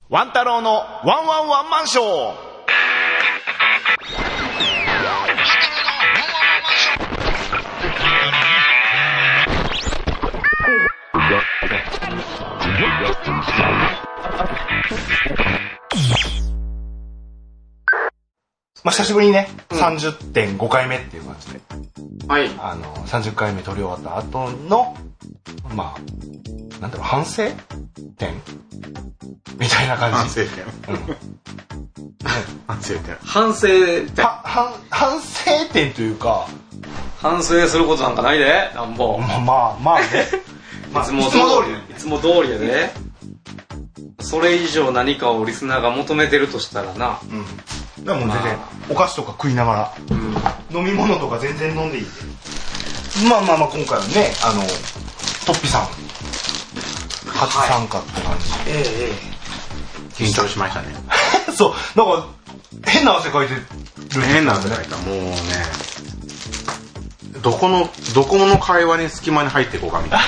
ワン太郎のワンワンワンマンショー。まあ、久しぶりにね、30.5 回目っていう感じで、 はい、 30回目撮り終わった後の、まあ、なんだろう、反省点みたいな感じ。 反省点。反省点。 反省点。反省点というか、 反省することなんかないで、なんぼ。 まあね。 いつも通りやで。それ以上何かをリスナーが求めてるとしたらな。 うん。でも全然、お菓子とか食いながら、飲み物とか全然飲んでいい。まあ今回はね、トッピさん初参加って感じ。緊張しましたね。 そう、なんか変な汗かいてる。 変な汗かいた。もうね、どこの会話に隙間に入っていこうかみたいな。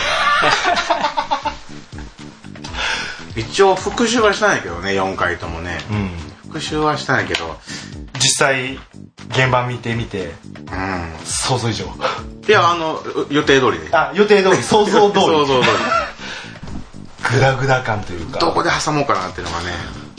一応復習はしたんやけどね、4回ともね。復習はしたんやけど、 実際現場見てみて、想像以上。 いや、予定通りで。 予定通り、想像通り。 想像通り。 グダグダ感というか。 どこで挟もうかなっていうのがね。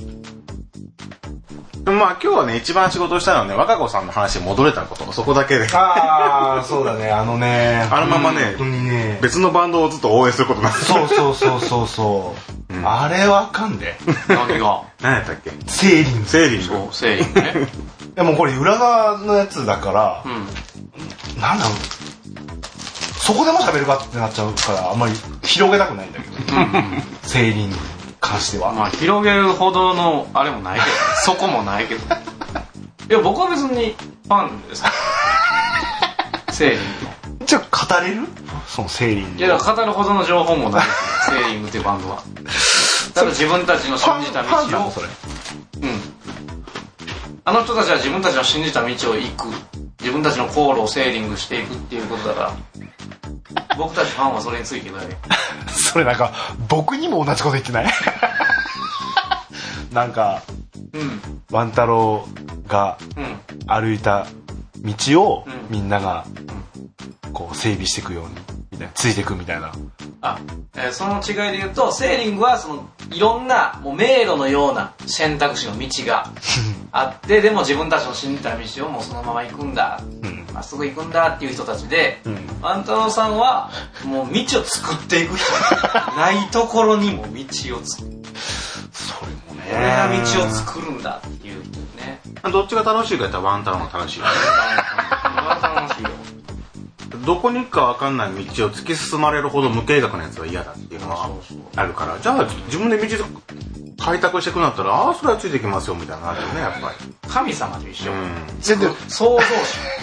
まあ今日はね、一番仕事したのはね、若子さんの話に戻れたこと、そこだけで。 そうだね、あのままね、別のバンドをずっと応援することになって。 そう。あれはあかんで。 何が？何やったっけ？ セーリング。 セーリング。そう、セーリングね。 でもこれ裏側のやつだから、なんだろう、そこでも喋るかってなっちゃうからあんまり広げたくないんだけど、セーリングに関しては。 まあ広げるほどのあれもないけど、そこもないけど。いや僕は別にファンです。セーリング。 じゃあ語れる？そのセーリング。 いや語るほどの情報もないですね。セーリングっていうバンドは。ただ自分たちの信じた道を。あの人たちは自分たちの信じた道を行く、自分たちの航路をセーリングしていくっていうことだから、僕たちファンはそれについてくだけ。 それなんか僕にも同じこと言ってない？なんか、ワン太郎が歩いた道をみんながこう整備していくようにみたいな、ついていくみたいな。 その違いで言うと、セーリングはそのいろんなもう迷路のような選択肢の道があって、でも自分たちの信じた道をもうそのまま行くんだ、まっすぐ行くんだっていう人たちで、ワン太郎さんはもう道を作っていく人。ないところにも道を作る。 それもね。 俺が道を作るんだっていうね。どっちが楽しいかやったらワン太郎が楽しいよね。ワン太郎楽しいよ。どこに行くか分かんない道を突き進まれるほど無計画なやつは嫌だっていうのはあるから、じゃあ自分で道開拓していくんだったら、それはついてきますよみたいなのあるよね、やっぱり。神様と一緒。 全然創造主。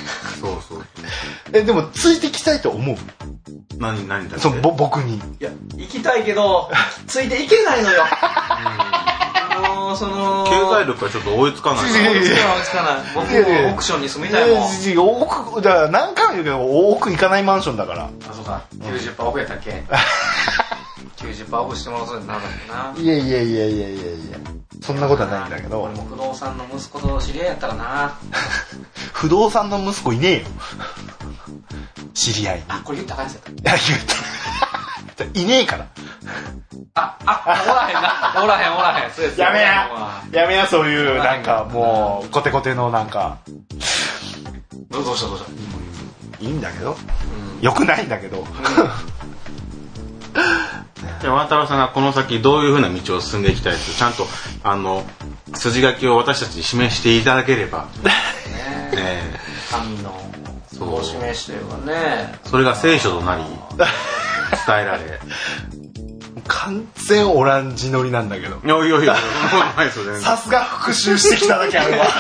そう。でもついてきたいと思う？ 何だって？ そう、僕に。いや、行きたいけどついていけないのよ。その経済力はちょっと追いつかない。追いつかない。僕もオークションに住みたいもん。 奥だから何回も言うけど奥行かないマンションだから。 そうか。90% オフやったっけ？90% オフしてもらうそうになるんだな。 いやそんなことはないんだけど。 俺も不動産の息子と知り合いやったらな。 不動産の息子いねえよ。知り合い。 これ言ったらあかんやつやった。 いや言った。いねえから。 おらへん。そうです。 やめや、そういうなんかもうコテコテのなんか。 どうした。 いいんだけど。良くないんだけど。 ワン太郎さんがこの先どういう風な道を進んでいきたいってちゃんと筋書きを私たちに示していただければ、神のお示しというかね、それが聖書となり伝えられ。 完全オランジ乗りなんだけど。 いやさすが復習してきただけあるわ。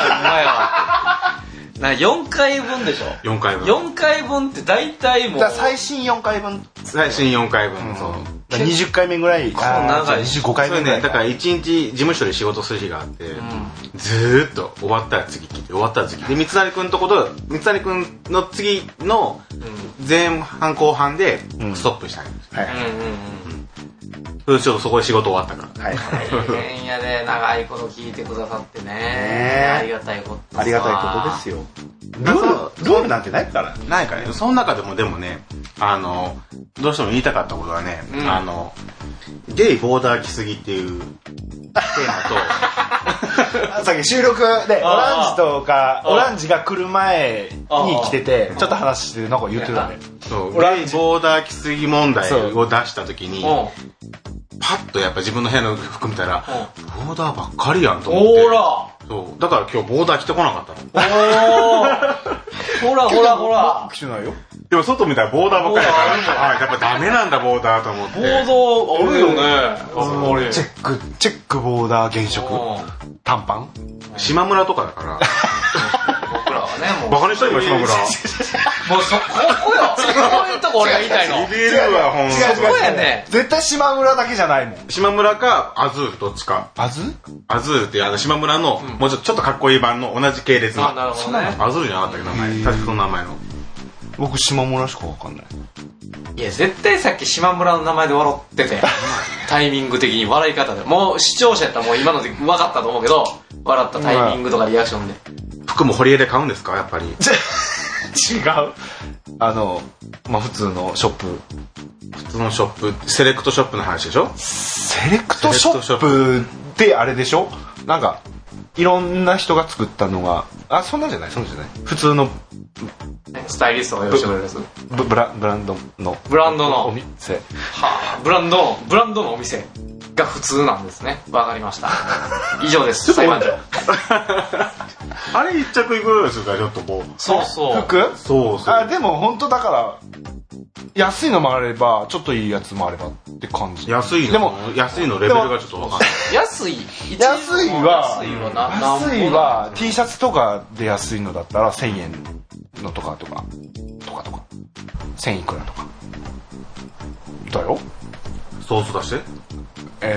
4回分でしょ。4回分って大体もう最新4回分。 そう 20回目ぐらい。25回目ぐらい。 だから1日事務所で仕事する日があって、ずーっと終わったら次来て、終わったら次で、三成くんの次の前半後半でストップしたんです。 ちょっとそこで仕事終わったから。 大変やで、長いこと聞いてくださってね。ありがたいこと。 ありがたいことですよ。ルールなんてないからね。 ないからね。その中でもでもね、どうしても言いたかったことはね、ゲイボーダー来すぎっていうテーマと、 さっき収録でオランジとか、オランジが来る前に来てて、ちょっと話してなんか言ってたね。 そう、ゲイボーダー来すぎ問題を出した時に、パッとやっぱ自分の部屋の服見たら、ボーダーばっかりやんと思って。 ほらそうだから今日ボーダー着てこなかったの。 ほらほらほら。 着てないよ。 でも外見たらボーダーばっかりだから、やっぱダメなんだボーダーと思って。 ボーダーあるよね。 チェックボーダー原色。短パン。 島村とかだから。 僕らはねもう。 バカにした今島村。 もうここよ。そういうとこ俺が言いたいの。 ビビるわほんと。 そこやね。 絶対島村だけじゃないもん。 島村かアズールどっちか。 アズールって島村のもうちょっとかっこいい版の同じ系列の。 なるほどね。 アズールじゃなかったっけ名前。確かその名前の。 僕島村しかわかんない。 いや絶対さっき島村の名前で笑っててタイミング的に笑い方でもう視聴者やったらもう今ので分かったと思うけど笑ったタイミングとかリアクションで服も堀江で買うんですかやっぱり。違う。 普通のショップ。 普通のショップセレクトショップの話でしょ。 セレクトショップってあれでしょ。なんかいろんな人が作ったのがそんなんじゃない普通のスタイリストが用意してくれるやつ。 ブランドのお店。 はあ、ブランドのお店が普通なんですね。わかりました。以上です。裁判長。 あれ一着いくらですかちょっとこう。 そうそう。 服？ そうそう。 でも本当だから安いのもあればちょっといいやつもあればって感じ。 安いのレベルがちょっとわかんない。 安いは T シャツとかで安いのだったら1000円のとか1000いくらとかだよ。 ソース出して。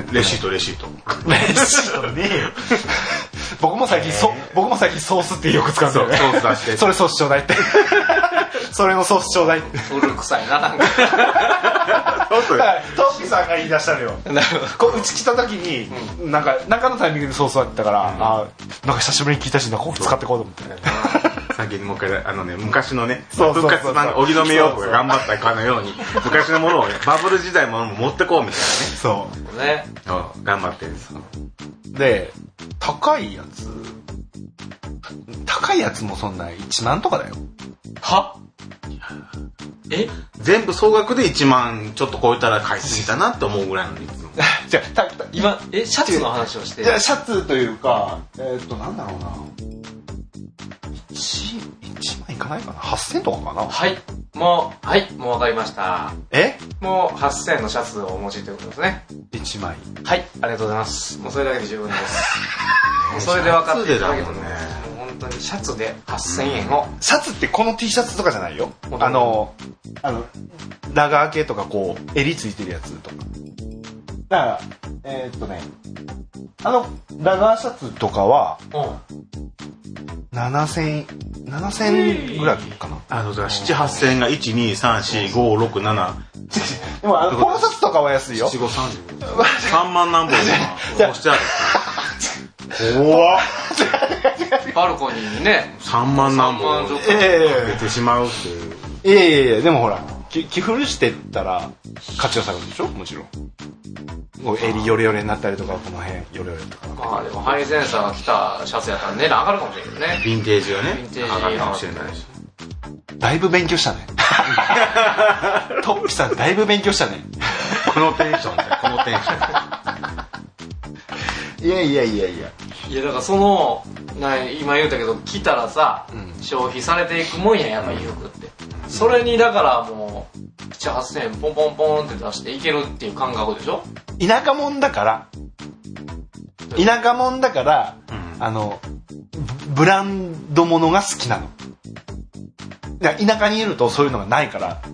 レシートねえよ。 僕も最近ソースってよく使うんだよね。 ソース出してそれソースちょうだいってそれのソースちょうだいって。 古臭いななんかトッピーさんが言い出したのよ。こううち来た時になんか中のタイミングでソースだったからなんか久しぶりに聞いたしこう使ってこうと思ってさっきもう一回昔のね復活版荻野目洋子が頑張ったかのように昔のものをバブル時代のものも持ってこうみたいなね。 そうね。 頑張ってるんですよ。 で高いやつもそんな1万とかだよ。 は？ 全部総額で1万ちょっと超えたら買いすぎたなって思うぐらいのいつも。 じゃあ今シャツの話をして。 じゃあシャツというかなんだろうな1万いかないかな8000とかかな。 はいもう分かりました。もう8000のシャツをお持ちということですね。 1枚。 はいありがとうございます。もうそれだけで十分です。もうそれで分かっていただけたのね。もう本当にシャツで8000円を。 シャツってこの T シャツとかじゃないよ。ラガー系とかこう襟ついてるやつとか。だからラガーシャツとかは7000ぐらいかな。 7、8000円が1、2、3、4、5、6、7。 でもポロシャツとかは安いよ。 7、5、30。3万何本とか押してある。怖っ。 バルコニーにね 3万何本かけてしまうっていう。 いやでもほら着古してったら価値は下がるでしょもちろん。襟ヨレヨレになったりとかこの辺ヨレヨレとか。 でもハイセンサーが着たシャツやったら値段上がるかもしれないけどね。 ヴィンテージがね上がるかもしれないし。 だいぶ勉強したねトッピさんだいぶ勉強したねこのテンションでこのテンション。 いやだからその今言うたけど着たらさ、消費されていくもんやっぱ衣服って。それにだからもう7、8000円ポンポンポンって出していけるっていう感覚でしょ。 田舎もんだからブランドものが好きなの。田舎にいるとそういうのがないから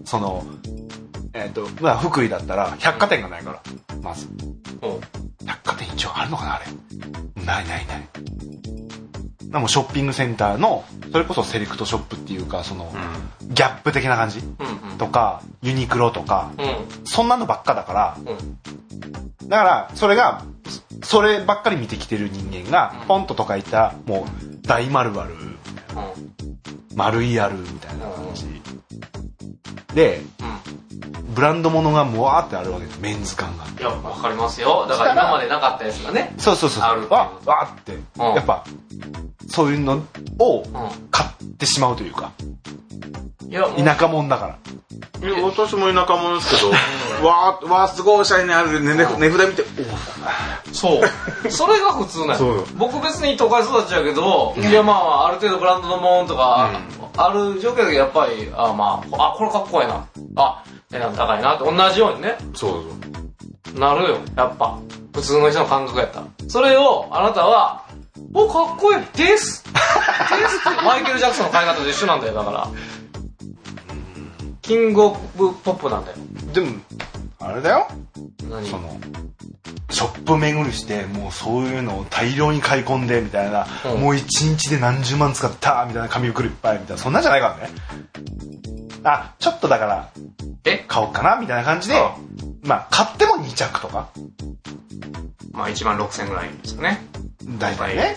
福井だったら百貨店がないからまず百貨店一応あるのかなあれ。ない。もうショッピングセンターのそれこそセレクトショップっていうかギャップ的な感じとかユニクロとかそんなのばっかだからだからそれがそればっかり見てきてる人間がポンととか言ったらもう大丸々丸いあるみたいな感じで、ブランド物がもわーってあるわけです。メンズ感が。 いや、わかりますよ。だから今までなかったやつがね。 そうあるわーって、やっぱそういうのを買ってしまうというか、いや田舎者だから。 いや私も田舎者ですけど、わーすごいおしゃれにある値札見て、 そうそれが普通なんよ。僕別に都会育ちやけど、いやまあある程度ブランドのもんとかある条件だけど、やっぱりこれかっこいいな、値段高いなって同じようにね、そうなるよ。やっぱ普通の人の感覚やったら、それをあなたはかっこいいですってマイケル・ジャクソンの買い方と一緒なんだよ。だからキングオブポップなんだよ。 でもあれだよ、 何そのショップ巡りしてもうそういうのを大量に買い込んでみたいな、もう1日で何十万使ったみたいな紙袋いっぱいみたいな、そんなんじゃないからね。ちょっとだから買おうかなみたいな感じで、買っても2着とか、 16,000円ぐらいですかね、 大体ね、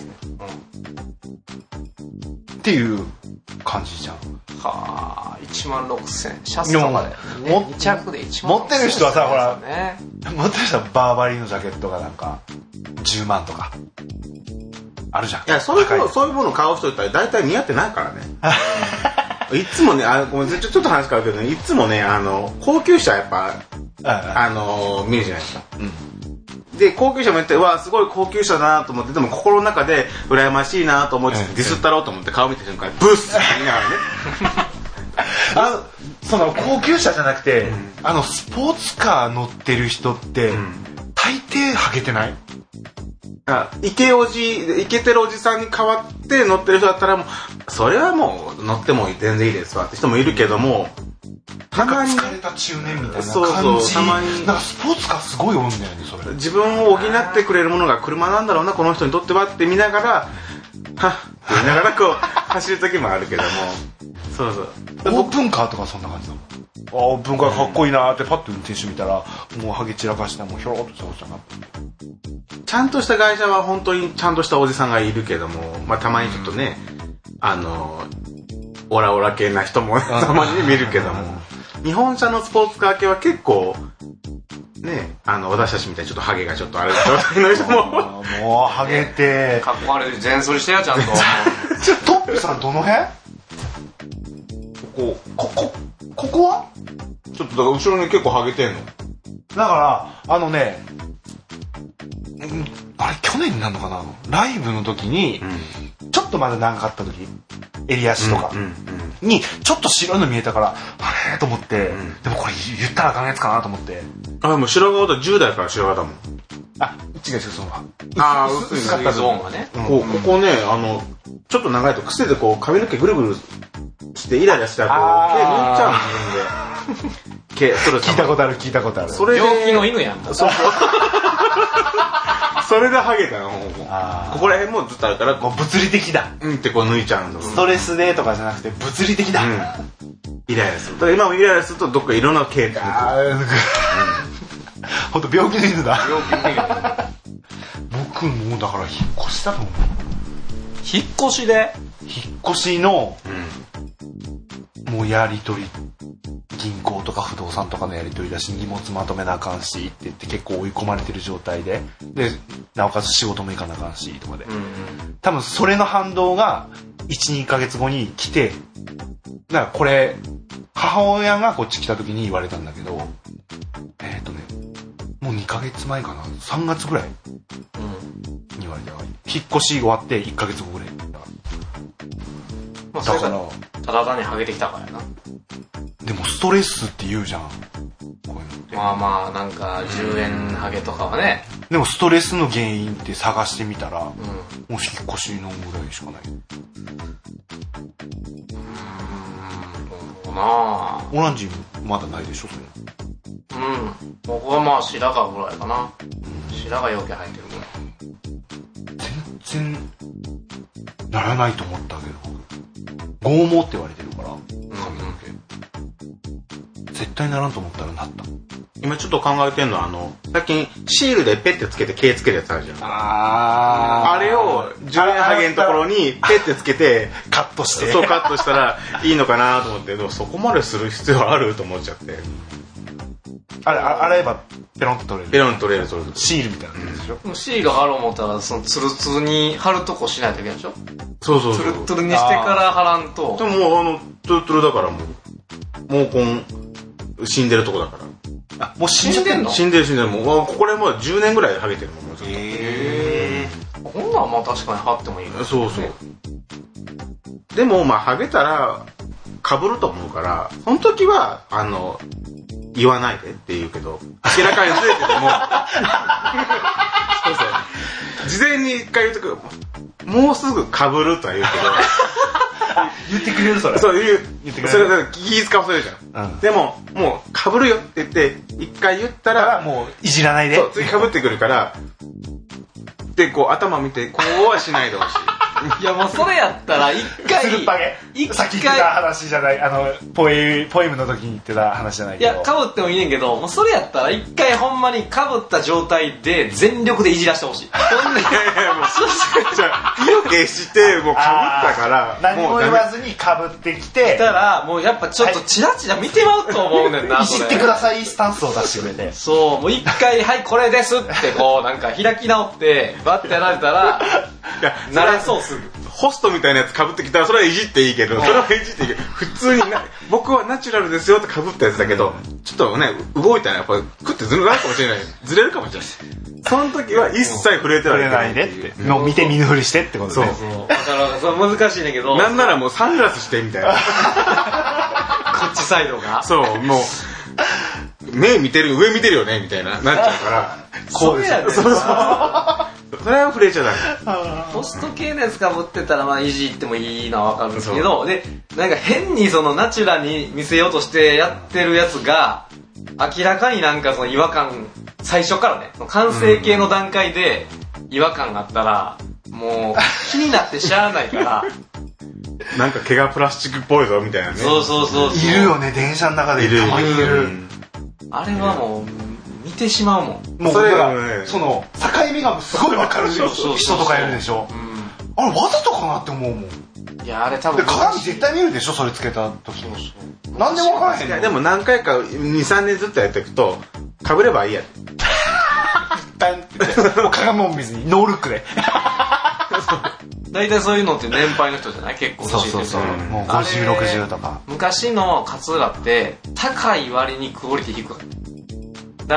っていう感じじゃん。 はあ、16,000円シャツとかで、ね、2着で16,000円持ってる人はさ、ほら持ってる人はバーバリーのジャケットがなんか10万とかあるじゃん。 いや、そういうものを買う人って大体似合ってないからね。いつもね、ごめんちょっと話変わるけどね、いつもね、高級車やっぱ見るじゃないですか。で高級車もやって、すごい高級車だなと思って、でも心の中で羨ましいなと思ってディスったろうと思って顔見た瞬間にブッスって言いながらね。 その高級車じゃなくて、スポーツカー乗ってる人って、大抵ハゲてない？ イケてるおじさんに代わって乗ってる人だったら、もうそれはもう乗っても全然いいですわって人もいるけども、 たまに疲れた中年みたいな感じ、たまになんかスポーツカーすごい多いんだよね。それ自分を補ってくれるものが車なんだろうなこの人にとってはって見ながら、はっって言いながらこう走る時もあるけども、 オープンカーとかそんな感じだもん。オープンカーかっこいいなってパッと運転手見たら、もうハゲ散らかしたもうひょろっとしたおじさんが、 ちゃんとした会社は本当にちゃんとしたおじさんがいるけども、たまにちょっとね、オラオラ系な人もたまに見るけども、日本車のスポーツカー系は結構ね、私たちみたいにちょっとハゲがちょっとある状態の人ももうハゲてかっこ悪い全剃りしてや、ちゃんと。 トップさんどの辺？ここはちょっとだから後ろに結構ハゲてんのだからあれ去年になるのかな、ライブの時に、ちょっとまだ長かった時、襟足とかにちょっと白いの見えたから、あれと思って、でもこれ言ったらあかんやつかなと思って。 もう白髪だ、10代から白髪だもん。 違うその薄かったゾーンがね、 ここね、ちょっと長いと癖でこう髪の毛ぐるぐるしてイライラしたらこう毛抜いちゃうんで、 聞いたことある。 それで病気の犬やん。 それでハゲたの。ここら辺もずっとあるから、 物理的だってこう抜いちゃうんだ。 ストレスでとかじゃなくて物理的だ。 イライラする。だから今もイライラするとどっかいろんな毛が。 本当病気の犬だ。僕もだから引っ越したと思う。 引っ越しで？ 引っ越しの、もうやり取り、銀行とか不動産とかのやり取りだし、荷物まとめなあかんしって言って結構追い込まれてる状態で、なおかつ仕事も行かなあかんしとかで、多分それの反動が 1,2 ヶ月後に来て、だからこれ母親がこっち来た時に言われたんだけど、もう2ヶ月前かな、3月ぐらいに言われた。引っ越し終わって1ヶ月後ぐらいだから、ただ単にハゲてきたからやな。 でもストレスって言うじゃん、こういうのって。 なんか10円ハゲとかはね。 でもストレスの原因って探してみたら、もう引っ越しのぐらいしかない。オランジまだないでしょ、それ。 僕は白髪ぐらいかな。白髪よけ生えてるぐらい。 全然ならないと思ったけど、剛毛って言われてるから、髪の毛絶対ならんと思ったらなった。 今ちょっと考えてんのは最近シールでペッてつけて毛つけるやつあるじゃん。あれを10円ハゲのところにペッてつけてカットしてそうカットしたらいいのかなと思って、でもそこまでする必要あると思っちゃって。 洗えばペロンと取れる。 ペロン取れる。 シールみたいなやつでしょ。 シール貼ろう思ったらそのツルツルに貼るとこしないといけないでしょ。 そうツルツルにしてから貼らんと。 でももうトゥルトゥルだからもう毛根死んでるとこだから。 もう死んじゃってんの？ 死んでるもうこれもう10年ぐらいハゲてるもん。もうちょっと。 こんなんはまあ確かに貼ってもいい。 そう。でもまあハゲたら被ると思うから、その時は言わないでって言うけど、明らかにずれててもそう事前に一回言うとく、もうすぐ被るとは言うけど言ってくれるそれ。 そう言ってくれる。 それ気使わせるじゃん。でももう被るよって言って一回言ったらもういじらないで。 そう次被ってくるから、でこう頭見てこうはしないでほしい。 いやもうそれやったら一回つるっぱげ。さっき言ってた話じゃない、ポエムの時に言ってた話じゃないけど。 いや、被ってもいいねんけど、もうそれやったら一回ほんまに被った状態で全力でいじらしてほしい。いやもうじゃあ意を決してもう被ったから何も言わずに被ってきてたらもうやっぱちょっとチラチラ見てまうと思うねんな。 いじってくださいスタンスを出してくれて。 そう、もう一回はいこれですってこうなんか開き直ってバッてやられたら慣れそうすぐ。 ホストみたいなやつ被ってきたらそれはいじっていいけど、それはいじっていいけど、普通に僕はナチュラルですよって被ったやつだけど、ちょっとね動いたらやっぱりクッてずれるかもしれない、ずれるかもしれない。その時は一切触れてはいけないでって、もう見て見ぬふりしてってことね。 そうだからそれ難しいねんけど、 なんならもうサングラスしてみたいな。こっちサイドがそうもう目見てる上見てるよねみたいななっちゃうからこうですよ。 そうそれは触れちゃダメ。 ホスト系のやつかぶってたらまあいじってもいいのはわかるんですけど、でなんか変にそのナチュラルに見せようとしてやってるやつが明らかになんかその違和感最初からね、完成形の段階で違和感があったらもう気になってしゃあないからなんか毛がプラスチックっぽいぞみたいなね。 そういるよね、電車の中でたまにいる。 あれはもう見てしまうもん。 もうそれがその境目がすごい分かる人とかいるでしょ。あれわざとかなって思うもん。 いやあれ多分鏡絶対見るでしょ、それつけた時。なんでも分からへんの。 でも何回か 2,3 年ずっとやっていくと被ればいいや。 バンってもう鏡も見ずにノールックで。 大体そういうのって年配の人じゃない？結構そうもう50、60とか。 昔のカツラって高い割にクオリティ低かった。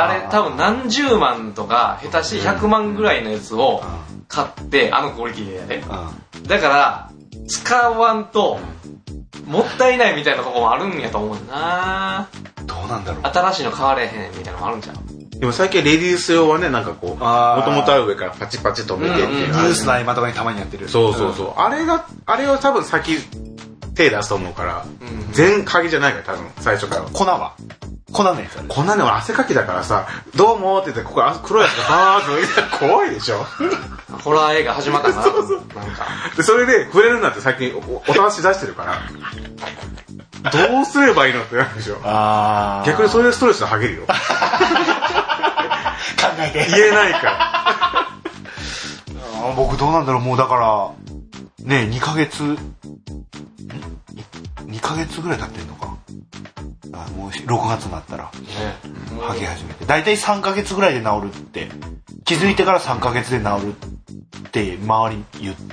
あれ多分何十万とか下手し100万ぐらいのやつを買ってクオリティでやね。だから使わんともったいないみたいなとこもあるんやと思うな。 どうなんだろう。 新しいの買われへんみたいなのもあるんちゃう？ でも最近レディース用はね、なんかこうもともとある上からパチパチ止めてっていう、 ニュースの合間とかにたまにやってる。 そうあれを多分先手出すと思うから、全鍵じゃないから多分最初から粉のやつある。 粉でも汗かきだからさ、どうもって言ってここ黒いやつがバーッと怖いでしょ。 ホラー映画始まったな。なんかでそれで触れるんだって最近お試し出してるからどうすればいいのってなるでしょ。逆にそういうストレスはげるよ。考えて言えないから僕どうなんだろう。もうだからね、2ヶ月ぐらい経ってんのか。もう6月になったらハゲ始めて、だいたい3ヶ月ぐらいで治るって気づいてから3ヶ月で治るって周りに言って、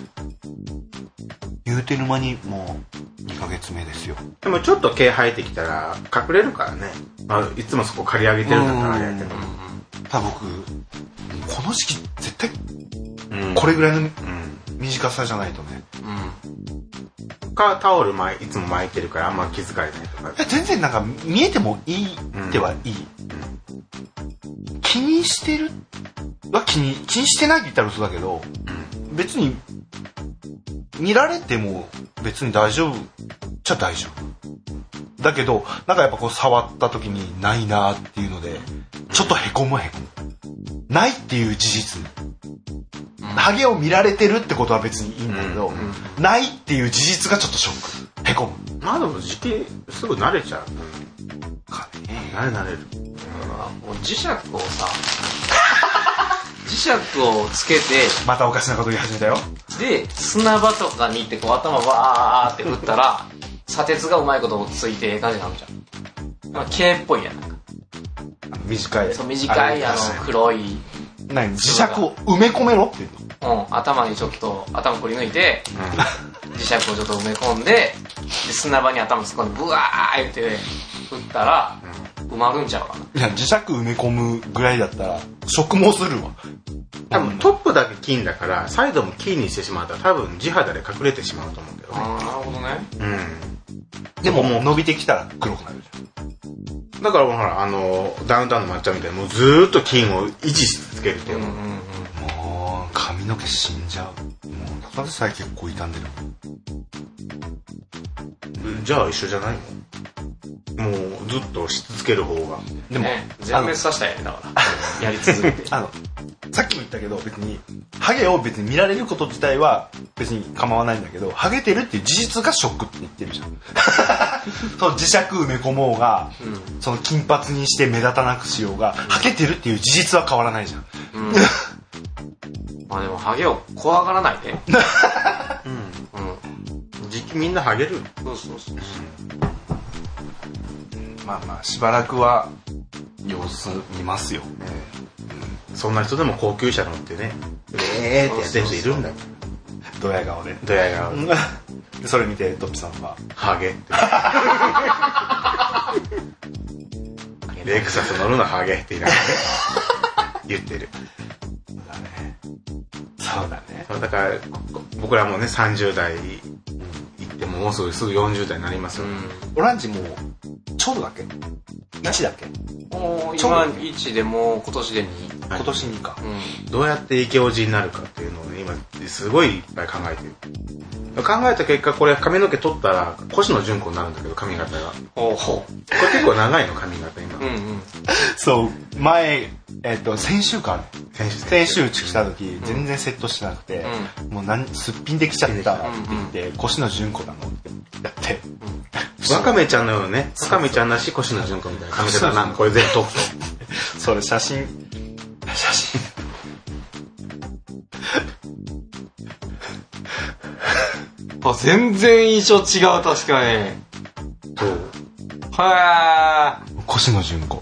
言うてる間にもう2ヶ月目ですよ。 でもちょっと毛生えてきたら隠れるからね。いつもそこ刈り上げてるんだったらあれやけど、 ただ僕この時期絶対これぐらいの短さじゃないとね。 タオルいつも巻いてるからあんま気づかれないとか。 全然なんか見えてもいいってはいい。気にしてるは気にしてないって言ったら嘘だけど、別に見られても別に大丈夫っちゃ大丈夫だけど、なんかやっぱこう触った時にないなっていうのでちょっとへこむ。ないっていう事実、ハゲを見られてるってことは別にいいんだけど、ないっていう事実がちょっとショック、へこむ。 まあでも時期すぐ慣れちゃうかね。慣れる。 磁石をさ磁石をつけてまたおかしなこと言い始めたよ。 で砂場とかに行ってこう頭バーって振ったら砂鉄がうまいことついてええ感じになるじゃん。まあ綺麗っぽいやん。なんか短い。 そう短い黒い。 何？磁石を埋め込めろって言うの？ 頭にちょっと頭くり抜いて、磁石をちょっと埋め込んで、で砂場に頭突っ込んでブワー言って振ったら埋まるんちゃうかな。 いや、磁石埋め込むぐらいだったら植毛するわ。 多分トップだけ金だからサイドも金にしてしまったら多分地肌で隠れてしまうと思うけどね。 ああ、なるほどね。 でももう伸びてきたら黒くなるじゃん。 だからほらダウンタウンの抹茶みたいにもうずーっと金を維持し続けるっていうの、 もう髪の毛死んじゃう。もうだから最近結構傷んでる。 じゃあ一緒じゃないの？もうずっとし続ける方が。 でも全滅させたいねだからやり続けて。 さっきも言ったけど別にハゲを別に見られること自体は別に構わないんだけど、ハゲてるっていう事実がショックって言ってるじゃん。その磁石埋め込もうが、その金髪にして目立たなくしようが、ハゲてるっていう事実は変わらないじゃん。 まあでもハゲを怖がらないで。 時期みんなハゲる。 そうそうそう。 まあまあしばらくは様子見ますよ。 そんな人でも高級車乗ってね、ってやってる人いるんだよ。 ドヤ顔で。 ドヤ顔。 それ見てトッピさんはハゲって。レクサス乗るのハゲって言いながらね言ってる。 そうだね。 だから僕らもね30代行ってももうすぐ40代になりますよ。 オランジもうちょうどだっけ？1だっけ？ 今1でもう今年で2。 今年2か。 どうやってイケオジになるかっていうのをね今すごいいっぱい考えてる。考えた結果これ髪の毛取ったら越野純子になるんだけど髪型が。これ結構長いの髪型今。 そう前先週か先週来た時全然セットしてなくて、もうすっぴんできちゃったって言って越野純子なのってやって。 わかめちゃんのようなね、わかめちゃんだし越野純子みたいな髪型なんこれ全部取って。 それ写真全然印象違う。確かに。 そう。 はー。越野純子。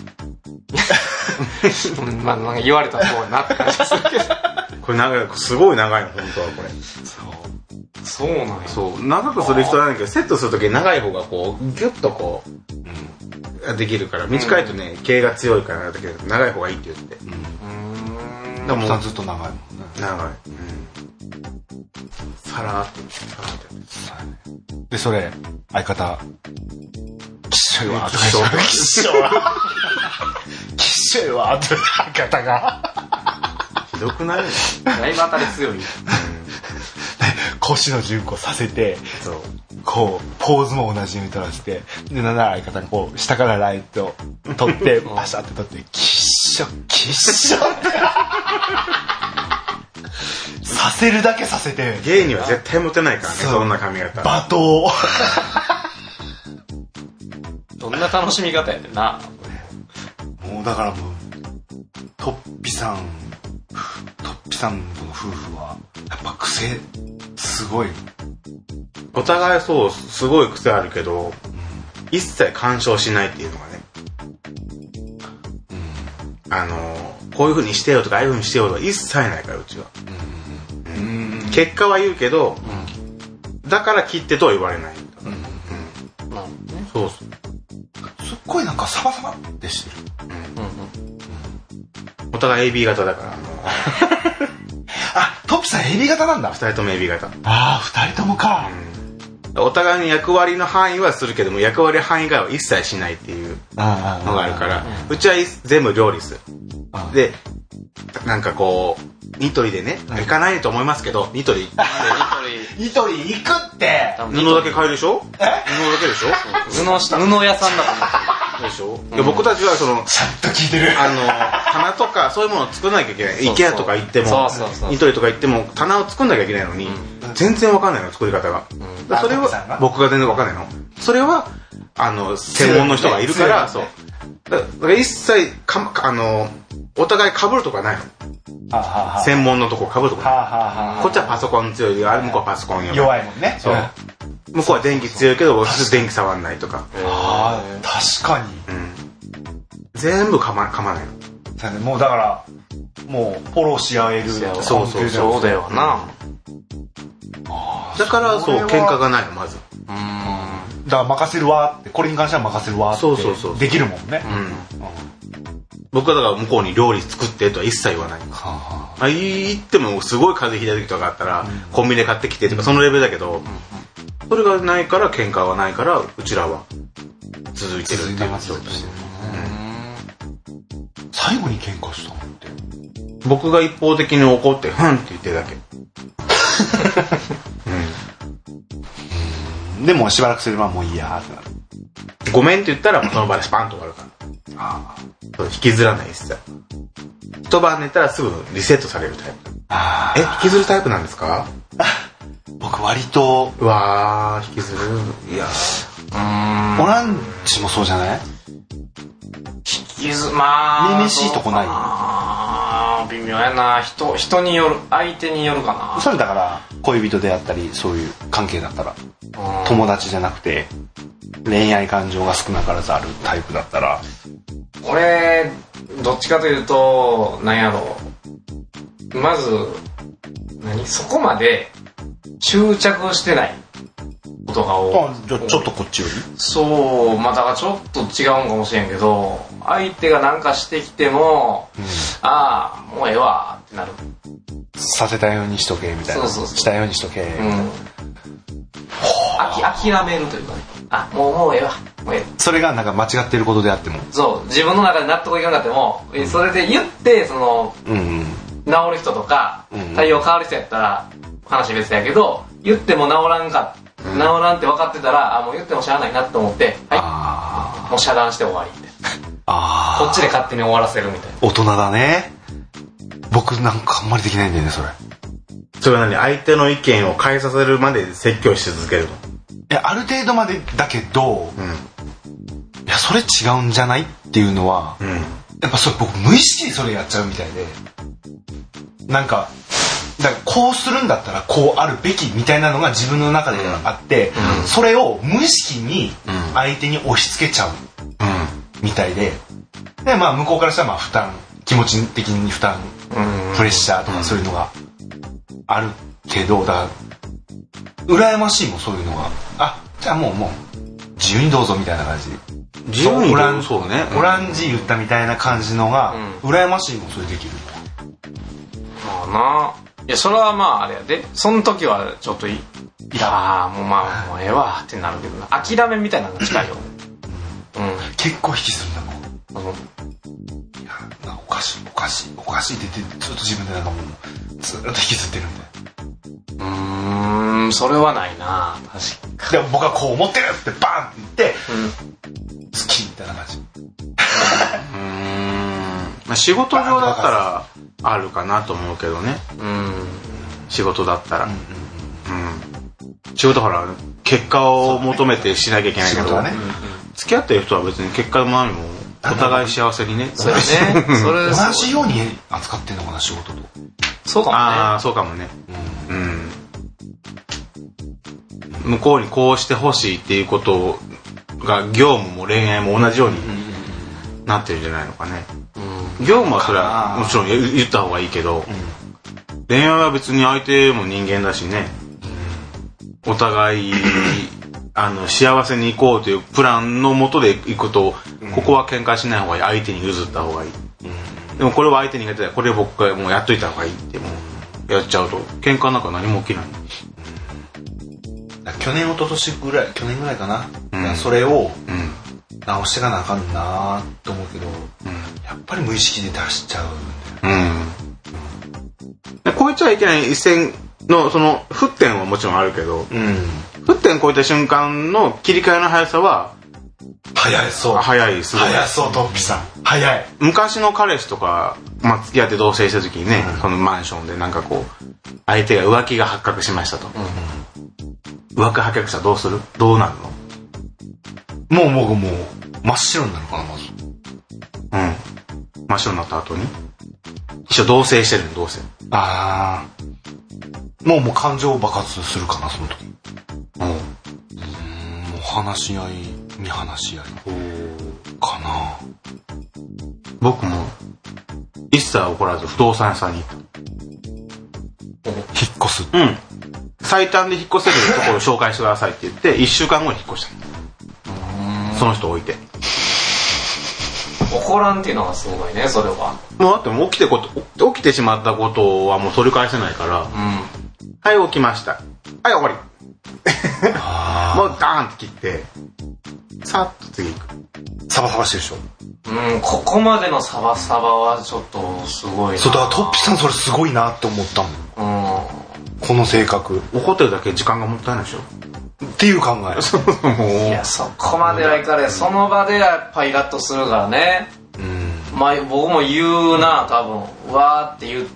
まあなんか言われたらそうやなって感じするけど。 これ長い、すごい長いの本当はこれ。 そうなんや。 そう長くする人なんだけどセットするとき長い方がこうギュッとこう、できるから短いとね毛が強いからだけど長い方がいいって言って。 でもさずっと長いもんね。 長い。さらっと。 でそれ相方きっしょいわ。きっしょいわって相方がひどくないの？ だいぶ当たり強い。 越野純子させて、こうポーズも同じに取らせて、でなんなら相方がこう下からライト取ってパシャって取ってきっしょさせるだけさせて。 ゲイには絶対モテないからねそんな髪型。 罵倒。 どんな楽しみ方やねんな。 もうだからもうトッピさんの夫婦はやっぱ癖すごい。 お互いそうすごい癖あるけど、一切干渉しないっていうのがね、こういう風にしてよとかああいう風にしてよとか一切ないからうちは。結果は言うけど、だから切ってとは言われない。そうそう。 すっごいなんかサバサバってしてる。 お互い AB 型だからあ、トッピさん AB 型なんだ。 2人とも AB 型。 ああ、2人ともか。 お互いに役割の範囲はするけども役割範囲外は一切しないっていうのがあるから、うちは全部料理する。でなんかこうニトリでね、行かないと思いますけどニトリ行くって布だけ買えるでしょ。布だけでしょ。 布屋さんだと思ってでしょ。僕たちはそのちゃんと聞いてる。 棚とかそういうものを作らなきゃいけない。IKEA とか行ってもニトリとか行っても棚を作んなきゃいけないのに全然わかんないの作り方が。それは僕が全然わかんないの。それは専門の人がいるから、そうだから一切お互い被るとかないの。専門のとこ被るとかない。こっちはパソコン強い、あれ向こうはパソコン弱いもんね。 そう。向こうは電気強いけど、電気触んないとか。 確かに。 全部構わないの。 もうだから、もうフォローし合える。 そうだよな。 だからそう喧嘩がないのまず。 だから任せるわって、これに関しては任せるわってできるもんね。 僕はだから向こうに料理作ってとは一切言わない。言ってもすごい風邪ひいた時とかあったらコンビニで買ってきてとかそのレベルだけど、それがないから喧嘩はないからうちらは続いてるっていう。 最後に喧嘩したのって、 僕が一方的に怒ってふんって言ってるだけ。 でもしばらくすればもういいやってなる。 ごめんって言ったらもうその場でスパンと終わるから。引きずらない一切。一晩寝たらすぐリセットされるタイプ。引きずるタイプなんですか？ 僕割と。 うわー、引きずる。いやオランジもそうじゃない？ まあめめしいとこない？ 微妙やな。人による、相手によるかな。 それだから恋人であったりそういう関係だったら、友達じゃなくて恋愛感情が少なからずあるタイプだったら、 俺どっちかというとなんやろう、まずそこまで執着してないことが多い。 じゃあちょっとこっちより？ そう、まあだからちょっと違うんかもしれんけど、相手がなんかしてきても、ああもうええわってなる。 させたようにしとけみたいな。したようにしとけ。 諦めるというかね。もうええわ。もうええ。 それがなんか間違ってることであっても。 そう、自分の中で納得いかなくても、それで言って治る人とか、対応変わる人やったら話別やけど、言っても治らんって分かってたら、もう言ってもしゃあないなと思って、はい、もう遮断して終わりみたいな。こっちで勝手に終わらせるみたいな。 大人だね。僕なんかあんまりできないんだよね、それ。 それは相手の意見を変えさせるまで説教し続けるの？ いや、ある程度までだけど、いやそれ違うんじゃないっていうのは、やっぱそれ僕無意識にそれやっちゃうみたいで、なんかだからこうするんだったらこうあるべきみたいなのが自分の中であって、それを無意識に相手に押し付けちゃうみたいで、まあ向こうからしたら負担、気持ち的に負担、プレッシャーとかそういうのがあるけど、だから羨ましいもんそういうのが。じゃあもう自由にどうぞみたいな感じ。 自由にどうぞ、そうね。 オランジ言ったみたいな感じのが羨ましいもん、それできるの。 まあな。いや、それはまああれやで、その時はちょっともうええわってなるけどな。諦めみたいなのが近いよ。 結構引きずるんだもん。いや、おかしいって言ってずっと自分でなんかもうずっと引きずってるんで。 それはないな。確かに。 でも僕はこう思ってるってバンって言って、好きみたいな感じ。 まあ仕事上だったらあるかなと思うけどね。仕事だったら。仕事ほら結果を求めてしなきゃいけないけど、付き合ってる人は別に結果も何もお互い幸せにね。 そうですね。 同じように扱ってんのかな、仕事と。 そうかもね。 そうかもね。向こうにこうしてほしいっていうことが業務も恋愛も同じようになってるんじゃないのかね。業務はそれはもちろん言った方がいいけど、恋愛は別に相手も人間だしね。お互い幸せに行こうというプランのもとで行くと、ここは喧嘩しない方がいい、相手に譲った方がいい。でもこれは相手に苦手だ、これ僕がもうやっといた方がいいってもうやっちゃうと喧嘩なんか何も起きない。 去年ぐらいかな、それを直してかなあかんなと思うけど、やっぱり無意識で出しちゃうんだよね。 超えちゃいけない一線のその沸点はもちろんあるけど、沸点超えた瞬間の切り替えの速さは早いそう。 早い、すごい。 早そう、トッピさん。早い。 昔の彼氏とか、付き合って同棲した時にね、そのマンションでなんかこう、相手が浮気が発覚しましたと。浮気発覚したらどうする？どうなるの？ もう真っ白になるかな、まず。 真っ白になった後に一緒同棲してるの、同棲。 ああ。もう感情爆発するかな、その時。もう話し合い、見話し合い。かな。 僕も、一切怒らず不動産屋さんに行った。 引っ越す。 うん。最短で引っ越せるところを紹介してくださいって言って、1週間後に引っ越した。その人置いて。 怒らんっていうのがすごいね、それは。 もうだってもう起きてしまったことはもう取り返せないから、はい起きました、はい終わりもうダーンって切ってさっと次行く。 サバサバしてるでしょ。 ここまでのサバサバはちょっとすごいな。 そうだからトッピさんそれすごいなって思ったもん。この性格。 怒ってるだけ時間がもったいないでしょっていう考え。 いやそこまではいかれ、その場でやっぱイラッとするからね。まあ僕も言うな、多分わーって言って、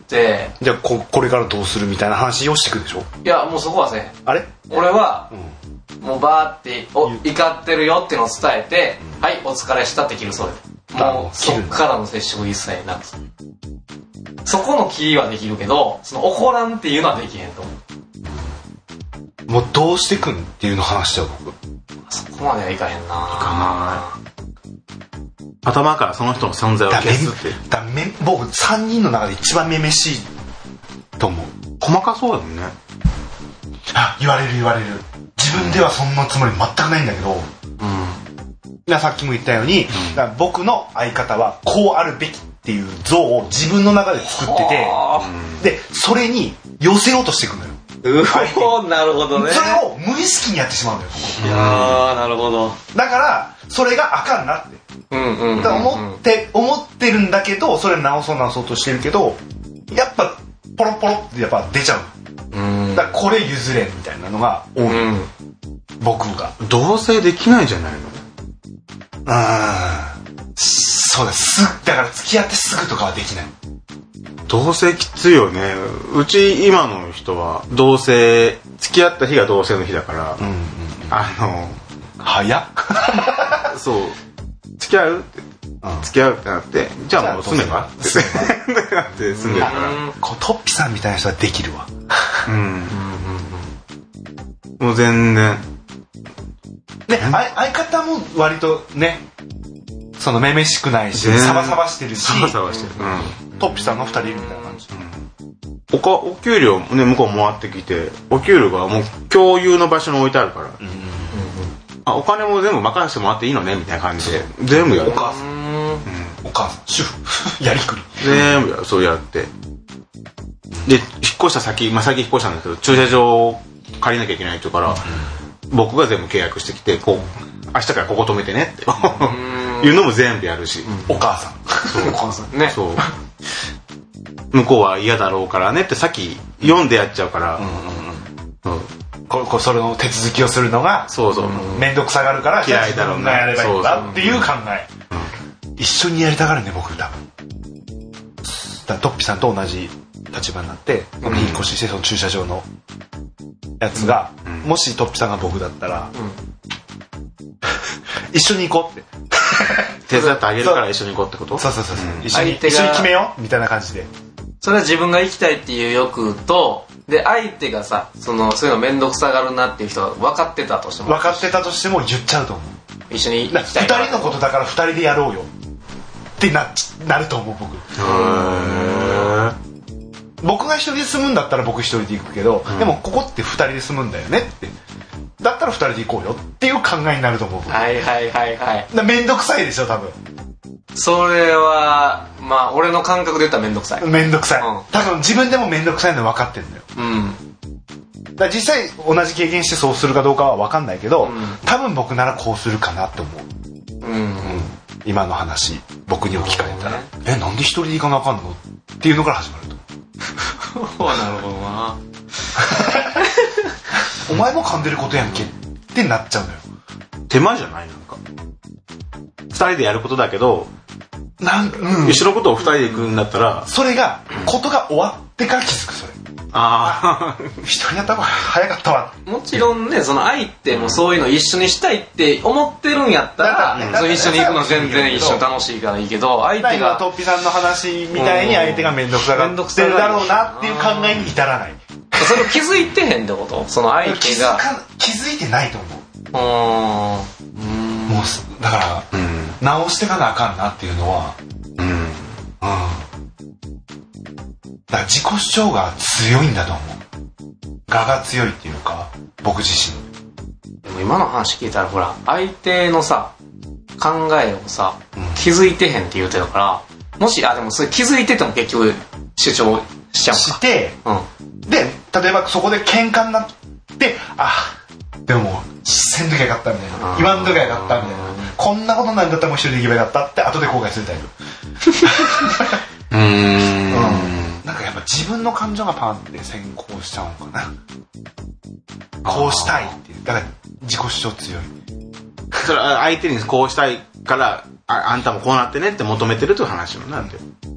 じゃあこれからどうするみたいな話をしてくるでしょ。 いやもうそこはせん。 あれ俺は、もうバーって怒ってるよってのを伝えて、はいお疲れしたって切る。それもうそっからの接触一切なく、そこの切りはできるけど、その怒らんっていうのはできへんと思う。 もうどうしてくんっていうの話しちゃう僕。 そこまではいかへんな。 頭からその人の存在を消すって僕3人の中で一番めめしいと思う。 細かそうだもんね。 言われる自分ではそんなつもり全くないんだけど、さっきも言ったように、僕の相方はこうあるべきっていう像を自分の中で作ってて、でそれに寄せようとしていくのよ。 なるほどね。 それを無意識にやってしまうんだよ。 いやーなるほど。 だからそれがあかんなって思ってるんだけど、それ直そうとしてるけど、やっぱポロポロってやっぱ出ちゃう。だからこれ譲れんみたいなのが多い。僕が同棲できないじゃないの。 そうです。だから付き合ってすぐとかはできない。 同棲きついよね。うち今の人は同棲、付き合った日が同棲の日だから、 早っそう付き合うって、付き合うってなって、じゃあもう住めばってなって住んでるから、 トッピさんみたいな人はできるわ。 もう全然で、相方も割とね、そのめめしくないし、サバサバしてるし、 サバサバしてる。 トッピさんの2人いるみたいな感じ。 お給料ね、向こうもらってきて、お給料がもう共有の場所に置いてあるから、お金も全部任せてもらっていいのねみたいな感じで全部やる。 お母さん主婦やりくり全部そうやって、で引っ越した先、先引っ越したんだけど、駐車場を借りなきゃいけないって言うから、僕が全部契約してきて、こう明日からここ止めてねっていうのも全部やるし、 お母さんお母さんね、そう向こうは嫌だろうからねってさっき読んでやっちゃうから、 それの手続きをするのが面倒くさがるから、 嫌いだろうな、 やればいいんだっていう考え。一緒にやりたがるね、僕多分。だトッピさんと同じ立場になって、僕引っ越しして、その駐車場のやつが、もしトッピさんが僕だったら、一緒に行こうって手伝ってあげるから一緒に行こうってこと？ そう一緒に決めようみたいな感じで。 それは自分が行きたいっていう欲と、で相手がさ、そういうの面倒くさがるなっていう人が分かってたとしても言っちゃうと思う。一緒に行きたい 2人のことだから2人でやろうよってなると思う。僕が1人で住むんだったら僕1人で行くけど、でもここって2人で住むんだよねって、だったら2人で行こうよっていう考えになると思う。面倒くさいでしょ多分。 それはまあ俺の感覚で言ったら面倒くさい。多分自分でも面倒くさいの分かってるんだよ。だから実際同じ経験してそうするかどうかは分かんないけど、多分僕ならこうするかなって思う。今の話僕に置き換えたら、なんで一人で行かなあかんのっていうのから始まると。 なるほどな。 お前も噛んでることやんけってなっちゃうのよ。 手間じゃない？なんか2人でやることだけど、一緒のことを2人で行くんだったら、 それがことが終わってから気づく。それ一人やった方が早かったわ。 もちろんね、その相手もそういうの一緒にしたいって思ってるんやったら、その一緒に行くの全然一緒に楽しいからいいけど、相手がトッピさんの話みたいに相手が面倒くさがってるだろうなっていう考えに至らない。 それを気づいてへんってこと？その相手が気づいてないと思う。もうだから直してかなあかんなっていうのは、だから自己主張が強いんだと思う。我が強いっていうか、僕自身。 でも今の話聞いたらほら、相手のさ考えをさ、気づいてへんって言うてたから、もしでもそれ気づいてても結局主張しちゃうか。 して、で例えばそこで喧嘩になって、でもせんときゃよかったみたいな、言わんときゃよかったみたいな、こんなことなんだったらもう一人で行けばよかったって後で後悔するタイプ。なんかやっぱ自分の感情がパンって先行しちゃうのかな。こうしたいっていう、だから自己主張強い。 それは相手にこうしたいからあんたもこうなってねって求めてるという話もなんで、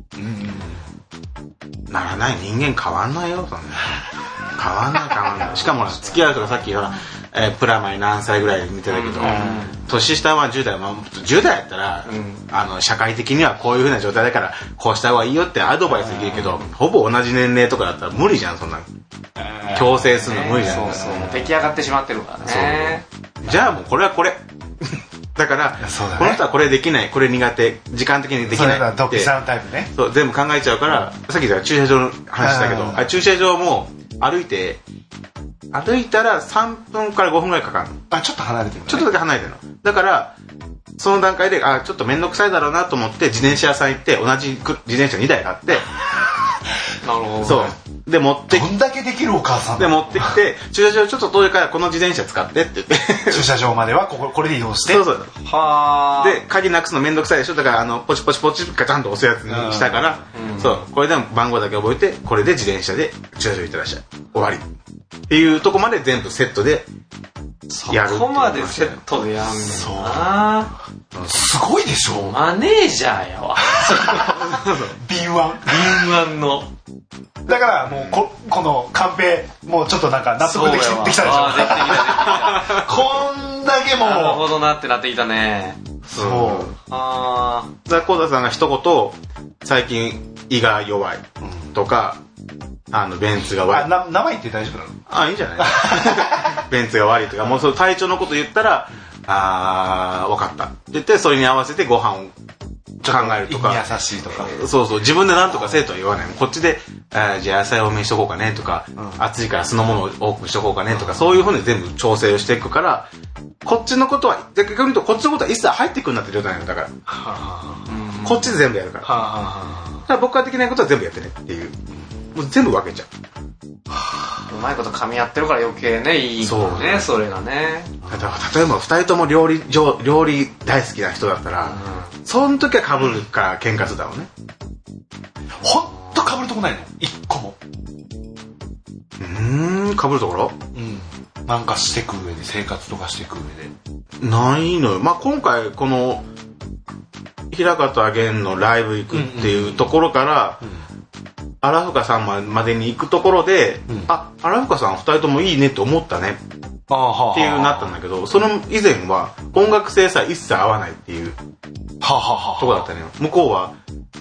ならない人間変わんないよ、そんな変わんない。しかも付き合うとかさっきプラマイ何歳ぐらい見てたけど、年下は10代、10代やったら、社会的にはこういう風な状態だからこうした方がいいよってアドバイスできるけど、ほぼ同じ年齢とかだったら無理じゃん、そんな強制するの無理じゃん。 そう出来上がってしまってるからね。 じゃあもうこれはこれだからこの人はこれできない、これ苦手、時間的にできないって、 トッピさんタイプね。 そう全部考えちゃうから、さっき言った駐車場の話だけど、駐車場も歩いたら3分から5分ぐらいかかるの。 ちょっと離れてるのね。 ちょっとだけ離れてるの。だからその段階でちょっと面倒くさいだろうなと思って自転車屋さん行って、同じ自転車2台あってなるほど、ね、 そうで持ってどんだけできるお母さんで持ってきて、駐車場ちょっと遠いからこの自転車使ってって言って駐車場まではこれで移動して、 そうで鍵なくすの面倒くさいでしょ、だからポチポチポチガチャンと押すやつにしたから、そうこれでも番号だけ覚えて、これで自転車で駐車場行ってらっしゃい、終わりっていうとこまで全部セットでやる。 そこまでセットでやんねんな。 すごいでしょ。 マネージャーやわ。 敏腕のだからもうこのカンペもうちょっとなんか納得できたでしょ。こんだけもうなるほどなってなってきたね。 そうザ・コーダさんが一言最近胃が弱いとか、ベンツが悪い、 名前言って大丈夫なの？ いいんじゃないベンツが悪いとか、もうその体調のこと言ったら分かったって言って、それに合わせてご飯を考えるとか、 優しいとか、 そう自分で何とかせえとは言わない。こっちでじゃあ野菜多めにしとこうかねとか、暑いから酢の物を多くしとこうかねとか、そういうふうに全部調整をしていくから、こっちのことは逆に言うとこっちのことは一切入ってくるなって状態なんだから、こっちで全部やるから、だから僕ができないことは全部やってねっていう、もう全部分けちゃう。 うまいこと噛み合ってるから余計ね、いいからね、それがね。 例えば2人とも料理大好きな人だったら、その時は被るから喧嘩するだろうね。 ほんと被るとこないの1個も。 被るところ？ なんかしてく上で、生活とかしてく上でないのよ。今回この平方源のライブ行くっていうところから、荒深さんまでに行くところで、荒深さん2人ともいいねって思ったねっていうなったんだけど、その以前は音楽性さ一切合わないっていうとこだったのよ。向こうは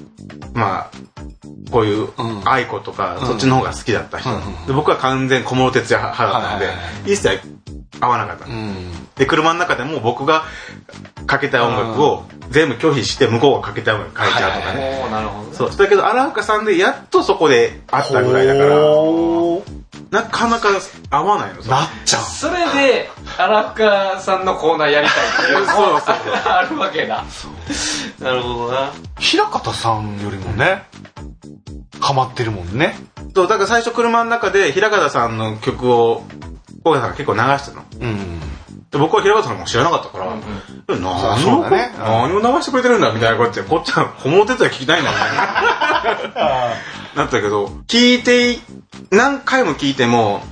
こういう愛子とか、そっちの方が好きだった人で、僕は完全小室哲哉派だったんで、一切合わなかった。で車の中でも僕がかけたい音楽を全部拒否して、向こうがかけたい音楽かけちゃうとかね。そうだけど荒深さんでやっとそこで会ったぐらいだから、なかなか合わないの。 なっちゃう。 それで荒深さんのコーナーやりたいっていうそうあるわけだ。なるほどな。 平方さんよりもねハマってるもんね。 そうだから最初車の中で平方さんの曲を小川さんが結構流してたの。で僕は平方さんも知らなかったから、何を流してくれてるんだみたいな、こっちは小室哲哉聞きたいんだみたいななったけど、何回も聞いても、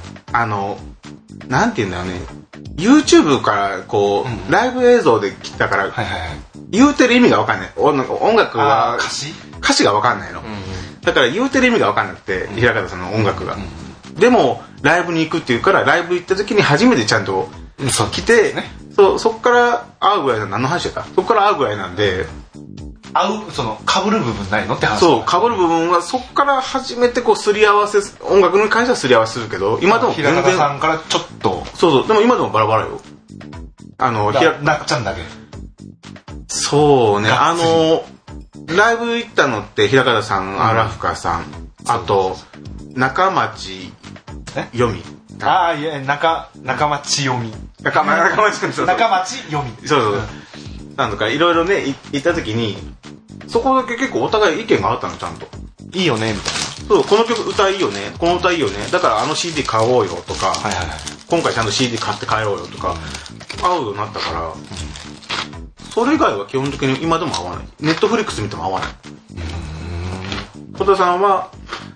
なんて言うんだよね、 YouTube からこう、ライブ映像で来たから、言うてる意味が分かんない。音楽は歌詞が分かんないの。 だから言うてる意味が分かんなくて、平方さんの音楽が、でもライブに行くっていうから、ライブ行った時に初めてちゃんと来て、そっから会うぐらい何の話やった、そっから会うぐらいなんで、 その被る部分ないのって話。 そう、被る部分はそっから初めてこうすり合わせ、音楽に関してはすり合わせするけど、今でも平方さんからちょっと、 そうでも今でもバラバラよ。 なっちゃんだけ。 そうね、ライブ行ったのって平方さん、荒深さん、あと中町よみ、 いや、中町よみ、 中町よみ、 そうなんとかいろいろね行った時に、そこだけ結構お互い意見があったの、ちゃんと。 いいよねみたいな。そう、この曲歌いいよね、この歌いいよね、だからCD 買おうよとか、今回ちゃんと CD 買って帰ろうよとか、合うようになったから、それ以外は基本的に今でも合わない。ネットフリックス見ても合わない。小田さんは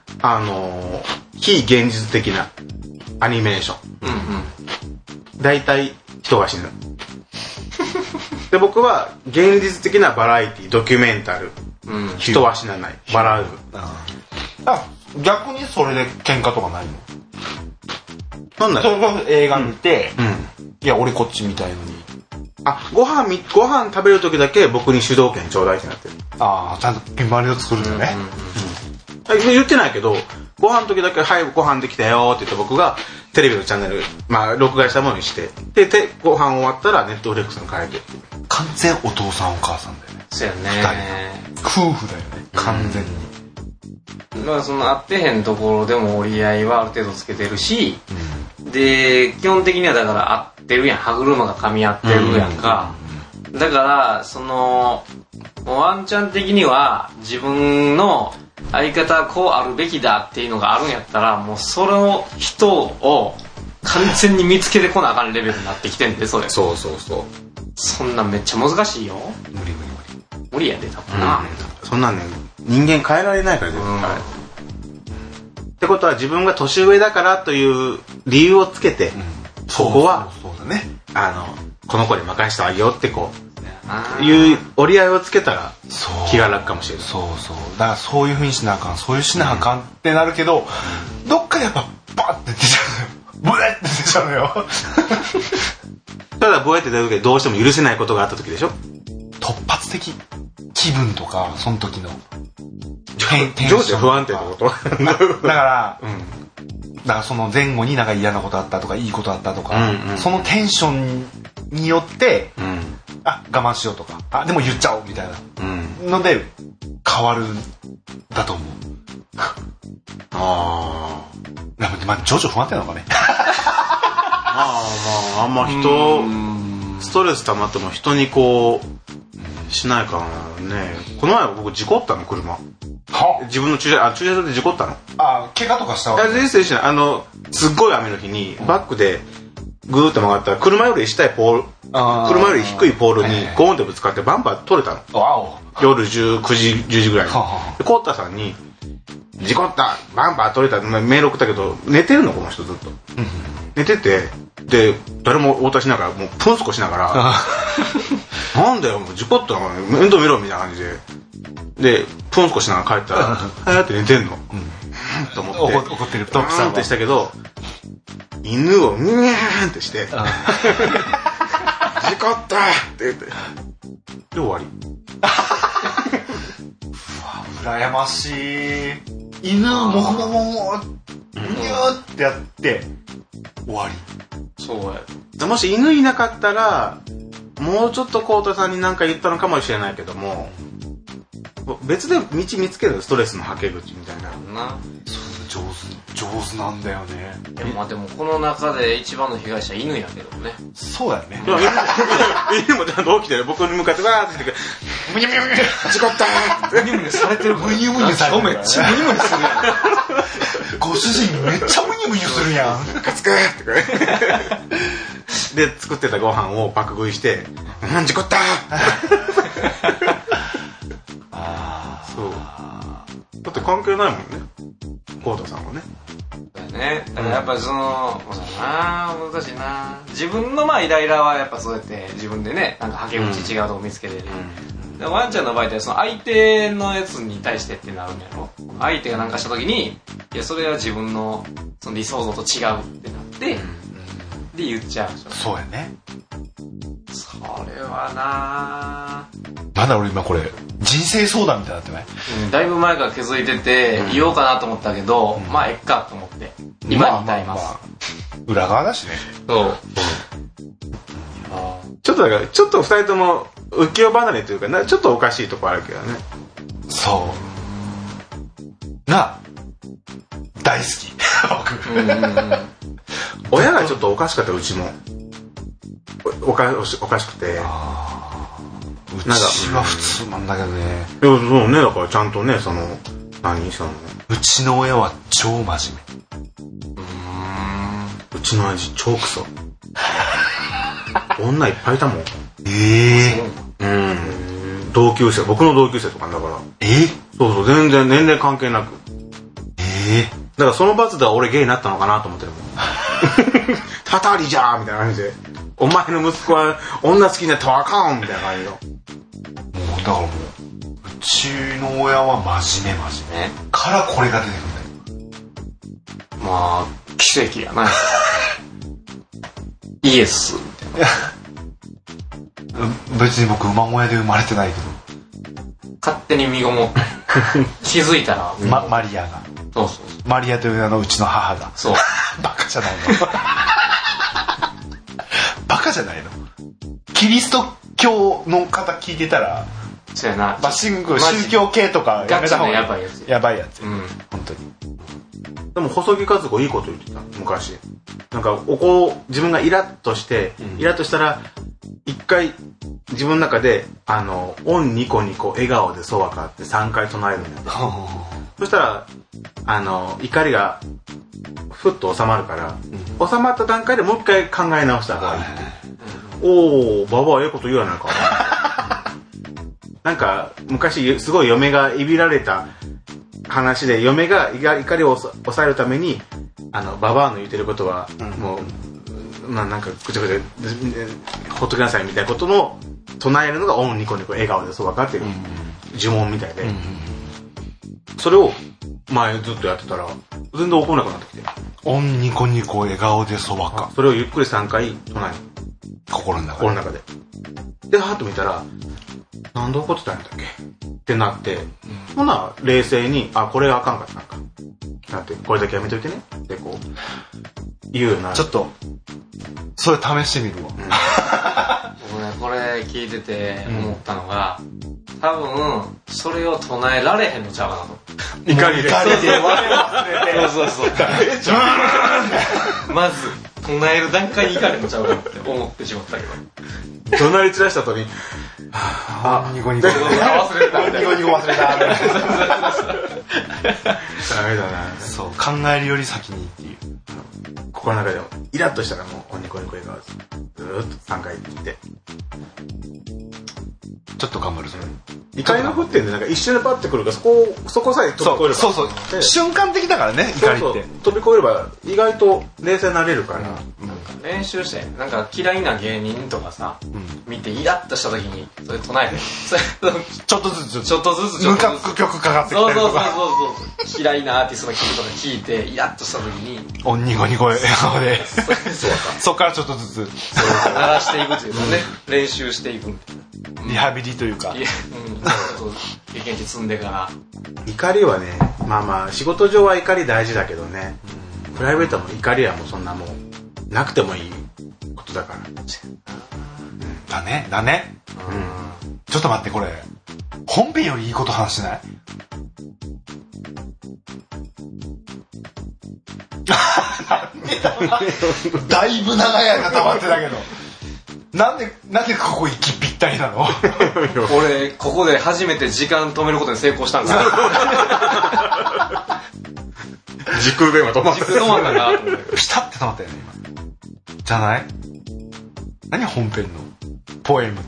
非現実的なアニメーション、大体人が死ぬで、僕は現実的なバラエティ、ドキュメンタル、人は死なない、笑う。 逆にそれで喧嘩とかないの？ なんだよ。 映画見て、いや俺こっち見たいのに、 ご飯食べる時だけ僕に主導権ちょうだいってなってる。 ちゃんとピンバリを作るんだよね。 言ってないけど、ご飯の時だけ、はい、ご飯できたよって言って、僕がテレビのチャンネル、録画したものにして、で、ご飯終わったらネットフリックスに変えて。 完全お父さんお母さんだよね。 そうやね。 夫婦だよね、完全に。 その合ってへんところでも折り合いはある程度つけてるし、で、基本的にはだから合ってるやん、歯車が噛み合ってるやんか。だから、ワンちゃん的には自分の相方はこうあるべきだっていうのがあるんやったら、もうその人を完全に見つけてこなあかんレベルになってきてんで、それ。 そう。 そんなんめっちゃ難しいよ。無理やで、多分な。 そんなんね、人間変えられないから、絶対。ってことは自分が年上だからという理由をつけて、ここは、この子に任せてあげようっていう折り合いをつけたら気が楽かもしれない。 だからそういう風にしなあかん、そういうしなあかんってなるけど、どっかでやっぱバッて出ちゃうのよ、ブレッて出ちゃうのよただブレって出るけど、どうしても許せないことがあった時でしょ。 突発的気分とか、その時の情緒不安定ってことだからその前後になんか嫌なことあったとかいいことあったとか、そのテンションによって、我慢しようとか、でも言っちゃおうみたいなので変わるんだと思う。情緒不安定なのかねあんまストレス溜まっても人にしないからね。この前僕事故ったの、車。自分の駐車場で事故ったの。 怪我とかしたわけ？ 全然しない。すっごい雨の日にバックでぐーっと曲がったら、車より下いポール、車より低いポールにゴーンってぶつかってバンパー取れたの。夜19時10時ぐらいに。でコッタさんに事故った、バンパー取れた、メール送ったけど、寝てるのこの人ずっと。寝てて、で誰も応対しながら、もうプンスコしながらなんだよ、もう事故ったの面倒見ろみたいな感じでプンスコしながら帰ったらはやって寝てんの、と思って怒ってるトップさんってしたけど、犬をニャーンってして事故ったって言ってで終わり羨ましい。犬もふももニューってやって終わり。 そうや。 もし犬いなかったらもうちょっとコウタさんに何か言ったのかもしれないけども、別で道見つける、ストレスのはけ口みたいな。 上手なんだよね。 でもこの中で一番の被害者は犬やけどね。 そうだよね。 犬もちゃんと起きてる、僕に向かってわーって言ってムニュムニュムニュ事故ったームニュムニュされてる。 ムニュムニュされてる。 めっちゃムニュムニュするやん。 ご主人めっちゃムニュムニュするやん。 カツクーってで作ってたご飯を爆食いして事故ったーそうだって関係ないもんね、コウタさんはね。 だよね。だからやっぱそうだな、難しいな。自分のイライラはやっぱそうやって自分でね、なんかはけ口違うとこ見つけてる。ワンちゃんの場合ってその相手のやつに対してってなるんやろ。 相手がなんかした時に、いや、それは自分のその理想像と違うってなって、で言っちゃう。 そうやね。 それはななんだ俺今これ、人生相談みたいになってない？ だいぶ前から気づいてて、言おうかなと思ったけど、まあ、えっかと思って。今に至ります。 裏側だしね。 そう。 ちょっとだから、ちょっと二人とも浮世離れというか、ちょっとおかしいとこあるけどね。 そう。大好き。僕。 親がちょっとおかしかった、うちも。おかしくて。 うちは普通なんだけどね。 いや、そうね、だからちゃんとね、うちの親は超真面目。うちの味超クソ。女いっぱいいたもん。同級生、僕の同級生とかだから。そう、全然年齢関係なく。だからその罰では俺ゲイになったのかなと思ってるもん。たたりじゃーみたいな感じで。お前の息子は女好きになったらあかんみたいな感じの。 もうだからうちの親は真面目からこれが出てくるんだよ。 まあ奇跡やな。イエスみたいな。 別に僕馬小屋で生まれてないけど勝手に身ごもって気づいたら、 マリアがそうマリアといううちの母がそうバカじゃないのバカじゃないの。キリスト教の方聞いてたらそうやな、 宗教系とかやめた方がやばいやつやばいやつ、本当に。 でも細木和子いいこと言ってた昔。なんか自分がイラッとしたら一回自分の中でオンニコニコ笑顔でそわかって3回唱えるんだよ。そしたら怒りがふっと収まるから、収まった段階でもう一回考え直した方がいいって。おー、ババアええこと言うやないか。なんか昔すごい嫁がいびられた話で、嫁が怒りを抑えるためにババアの言ってることはもう、なんかぐちゃぐちゃほっときなさいみたいなことの唱えるのがオンニコニコ笑顔でそう分かってる呪文みたいで、それを前ずっとやってたら全然怒らなくなってきて、 オンニコニコ笑顔でそばか、 それをゆっくり3回唱える、 心の中でではっと見たら、なんで怒ってたんだっけってなって、ほな冷静にこれがあかんかったんかなんて、これだけやめといてねってこう言うような。 ちょっとそれ試してみるわ。 僕ね、これ聞いてて思ったのが、多分それを唱えられへんのちゃうかなと。 怒りでそうまず唱える段階に行かれんのちゃうかなって思ってしまったけど、 怒鳴り散らした後にニコニコ忘れたニコニコ忘れたダメだな。 そう、考えるより先にっていう。 心の中でもイラッとしたらもうニコニコ笑顔ずーっと3回言って、 ちょっと頑張るそれ。 怒りの沸点でなんか一瞬でパッてくるから、そこさえ飛び越えれば、 そう瞬間的だからね、怒りって。 飛び越えれば意外と冷静になれるから。 練習して、なんか嫌いな芸人とかさ、見てイラッとした時にそれ唱えて、 ちょっとずつムカック曲かかってきたりとか、 そう嫌いなアーティストの曲とか聴いてイラッとした時にオンニコニコ笑顔でそっからちょっとずつ鳴らしていくというかね、練習していくみたいな、 リハビリというか、 経験値積んでから。 怒りはね、まあ仕事上は怒り大事だけどね、プライベートも怒りはもうそんなもうなくてもいいことだから。 だね。ちょっと待って、これ本編よりいいこと話してない？だいぶ長い間溜まってたけど、なんでここ息ぴったりなの？ 俺ここで初めて時間止めることに成功したんだ。 時空で今止まった。 時空止まったな。 ピタッて止まったよね今。じゃない？何本編のポエムって。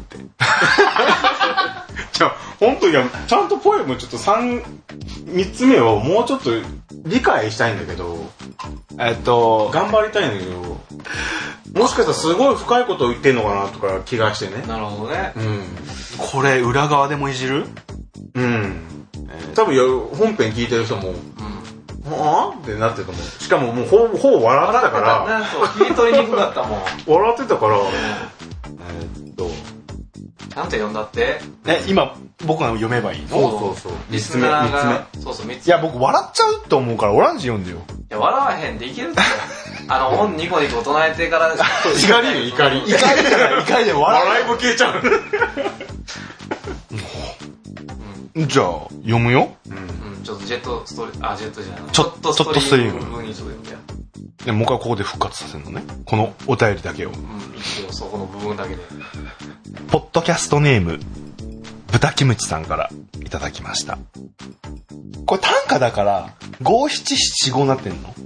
じゃあ本当にちゃんとポエムちょっと3つ目をもうちょっと理解したいんだけど、頑張りたいんだけど、もしかしたらすごい深いことを言ってんのかなとか気がしてね。 なるほどね。 これ裏側でもいじる？ 多分本編聞いてる人もはぁってなってると思う。しかももうほぼ笑ってたから聞き取りにくかったもん。 笑ってたからちゃんと読んだって。 今僕が読めばいいの？ そうリスナーがそう3つ。 いや僕笑っちゃうと思うからオランジ読んでよ。 いや笑わへんでいけるって。ニコニコ唱えてから怒りじゃない、 怒りで笑いも消えちゃう。 じゃあ読むよ。 ちょっとジェットストリーム、ジェットじゃない、 ちょっとストリームにちょっと読んでや。 でもう一回ここで復活させるのね、このお便りだけを。 一応そこの部分だけで。 ポッドキャストネーム豚キムチさんからいただきました。これ短歌だから57745なってんの？ な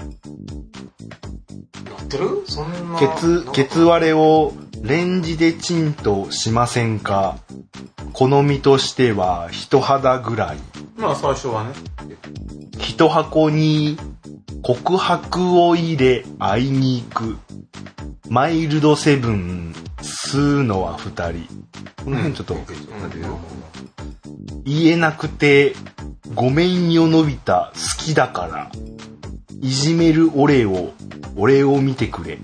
ってる？そんなケツ割れをレンジでチンとしませんか？好みとしては人肌ぐらい。 まあ最初はね。 一箱に告白を入れ会いに行く。マイルドセブン吸うのは2人。この辺ちょっと、言えなくてごめんよのび太好きだからいじめる俺を見てくれ。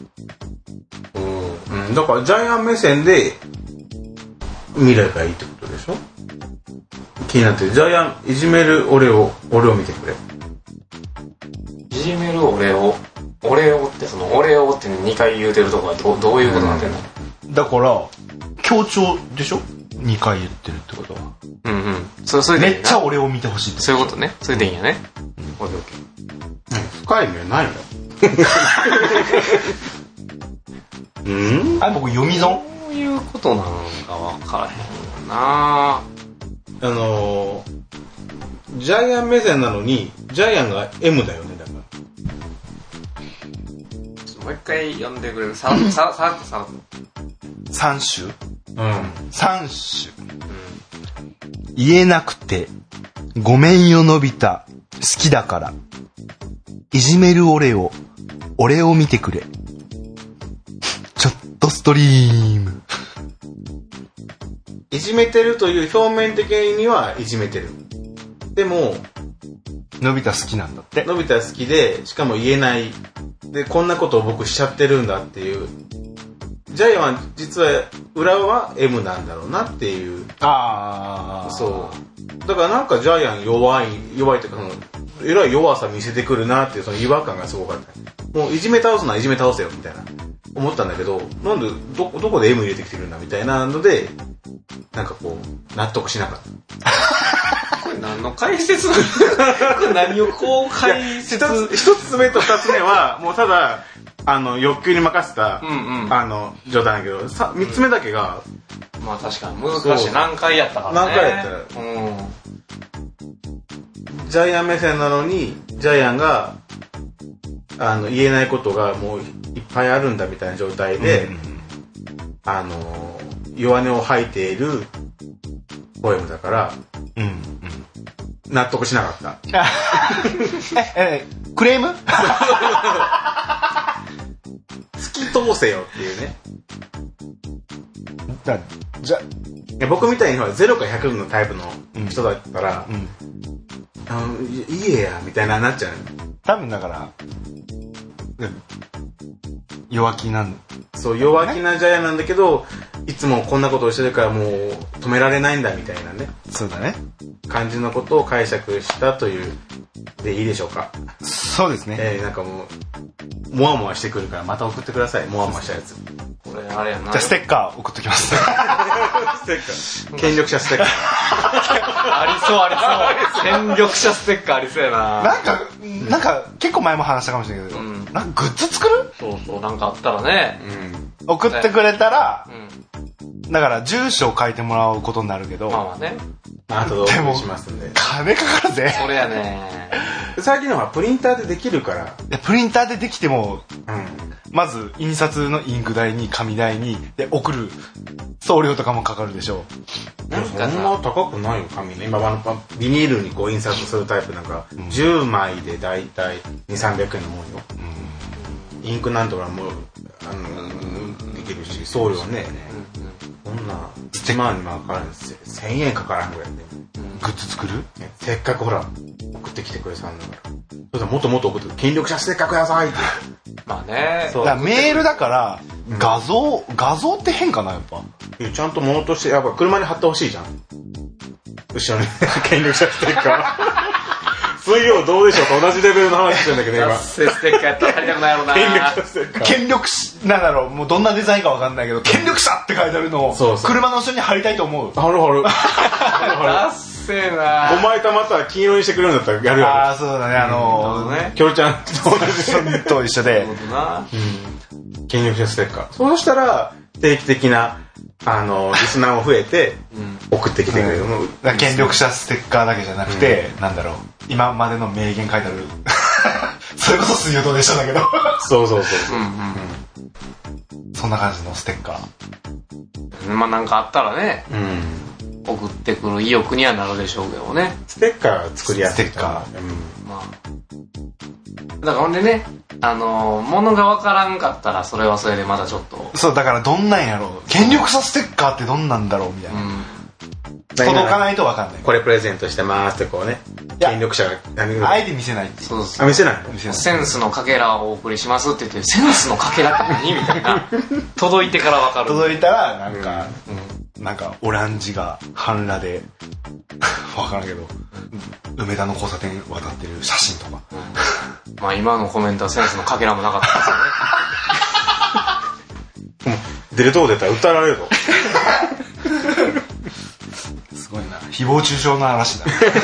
だからジャイアン目線で見ればいいってことでしょ。気になってる。ジャイアンいじめる俺を見てくれ。 いじめる俺をってその俺をって2回言うてるとこはどういうことなんてんの？ だから強調でしょ、2回言ってるってことは。 それでいいな。 めっちゃ俺を見てほしいってこと。 そういうことね。それでいいんやね。オッケー。深い意味はないの？ 僕読み損？ どういうことなのか分からへんな。 ジャイアン目線なのにジャイアンが M だよね。だからもう一回読んでくれる。さらっと 3種、3種、言えなくてごめんよのび太好きだからいじめる俺を見てくれ。ちょっとストリーム。 いじめてるという表面的にはいじめてる。でものび太好きなんだって。 のび太好きで、しかも言えない。でこんなことを僕しちゃってるんだっていう。ジャイアンは実は裏は M なんだろうなっていう。そうだからなんかジャイアン弱いというか、そのえらい弱さ見せてくるなっていう、その違和感がすごかった。もういじめ倒すのはいじめ倒せよみたいな思ったんだけど、なんでどこで M 入れてきてるんだみたいなので、なんかこう納得しなかった。 これ何の解説？これ何をこう解説？ 一つ目と二つ目はもうただ欲求に任せた冗談だけど、三つ目だけが、 まあ確かに難しい。何回やったからね。 何回やったら、ジャイアン目線なのにジャイアンが言えないことがもういっぱいあるんだみたいな状態で、弱音を吐いているポエムだから、納得しなかった。 クレーム？ 突き通せよっていうね。僕みたいに0か100のタイプの人だったら、いいやみたいななっちゃう。 多分だから弱気なん。 そう、弱気なジャイアンなんだけど、いつもこんなことをしてるからもう止められないんだみたいなね。 そうだね。 感じのことを解釈したというでいいでしょうか。 そうですね。 なんかもうモワモワしてくるからまた送ってください。モワモワしたやつ。 これあれやな。 じゃあステッカー送っときます。 ステッカー。権力者ステッカー。 ありそう。権力者ステッカーありそうやな。 なんか結構前も話したかもしれないけど、なんかグッズ作る？ そうなんかあったらね。 送ってくれたら、だから住所を書いてもらうことになるけど、 まあね。 あとでもしますんで。 金かかるぜ。 それやね。 最近のはプリンターでできるから。 プリンターでできても、まず印刷のインク代に紙代にで送る送料とかもかかるでしょう。 そんな高くないよ紙ね。今ビニールにこう印刷するタイプなんか、10枚でだいたい200-300円のもんよ。インクなんとかもできるし、送料ね、こんな1万にもかかるんですよ。1000円かからんぐらいで。 グッズ作る？ せっかくほら送ってきてくれたんだからそれもっともっと送って権力者ステッカーくださいってまあねだからメールだから画像って変かなやっぱちゃんと物としてやっぱ車に貼ってほしいじゃん後ろに権力者ステッカー水曜どうでしょうと同じレベルの話してるんだけど今ステッカーやったら貼りたくないやろな権力者ステッカー権力なんだろうもうどんなデザインかわかんないけど権力者って書いてあるのをそうそう車の後ろに貼りたいと思う貼るダッセーな 5枚溜まったら黄色にしてくれるんだったらやるやああそうだねキョロちゃんと同じと一緒で権力者ステッカーそうしたら定期的なリスナーも増えて送ってきてくれる、 権力者ステッカーだけじゃなくて、なんだろう今までの名言書いてあるそれこそ水曜どうでしょうだけどそう、 そんな感じのステッカーまあなんかあったらね、送ってくる意欲にはなるでしょうけどねステッカー作りやすいステッカー、 まあだからほんでね物が分からんかったらそれはそれでまだちょっとそうだからどんなんやろう権力者ステッカーってどんなんだろうみたいな、届かないと分かんないこれプレゼントしてますってこうね権力者があえて見せないってそう見せないセンスのかけらをお送りしますって言ってセンスのかけらって何みたいな届いてから分かる届いたらなんか、なんかオランジが半裸で分からんけど梅田の交差点渡ってる写真とか、 まあ今のコメントはセンスのかけらもなかったですよね出るとこ出たら訴えられるぞすごいな誹謗中傷の話だ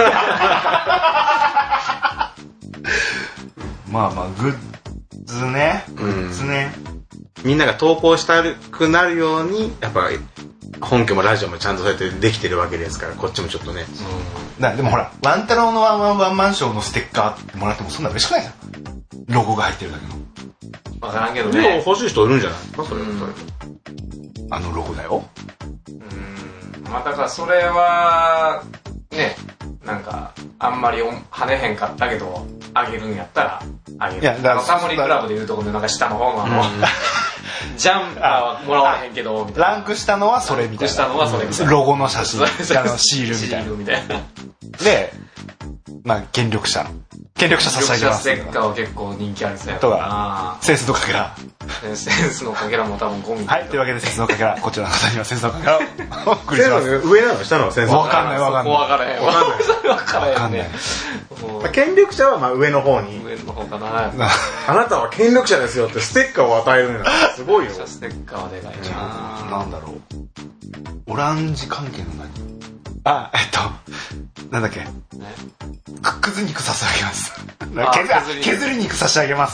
まあまあグッズねみんなが投稿したくなるようにやっぱり本家もラジオもちゃんとそうやってできてるわけですからこっちもちょっとね、 でもほらワン太郎のワンワンワンマンショーのステッカーもらってもそんな嬉しくないじゃんロゴが入ってるだけの分からんけどでもね欲しい人いるんじゃないですかそれあのロゴだよまあだからそれはねなんかあんまり跳ねへんかったけどあげるんやったらあげる。 いやだからタモリクラブでいうところでなんか下の方のジャンパーはもらわれへんけどみたいな。 ランクしたのはそれみたいな。 ランクしたのはそれみたいな。 ロゴの写真シールみたいな。 シールみたいな。 でまあ権力者差し上げます。 ステッカーは結構人気あるんですよ。 とかセンスのかけら。 センスのかけらも多分ゴミ。 はい、というわけでセンスのかけら、こちらの方にはセンスのかけらをお送りします。 上なの下なのセンスのわかんないわからへん。わからへんね。 権力者はまあ上の方に。 上の方かな。 あなたは権力者ですよってステッカーを与えるのはすごいよ。 ステッカーはでかいな。 なんだろう。オランジ関係の何？あ、なんだっけ。くず肉差し上げます。削り肉差し上げます。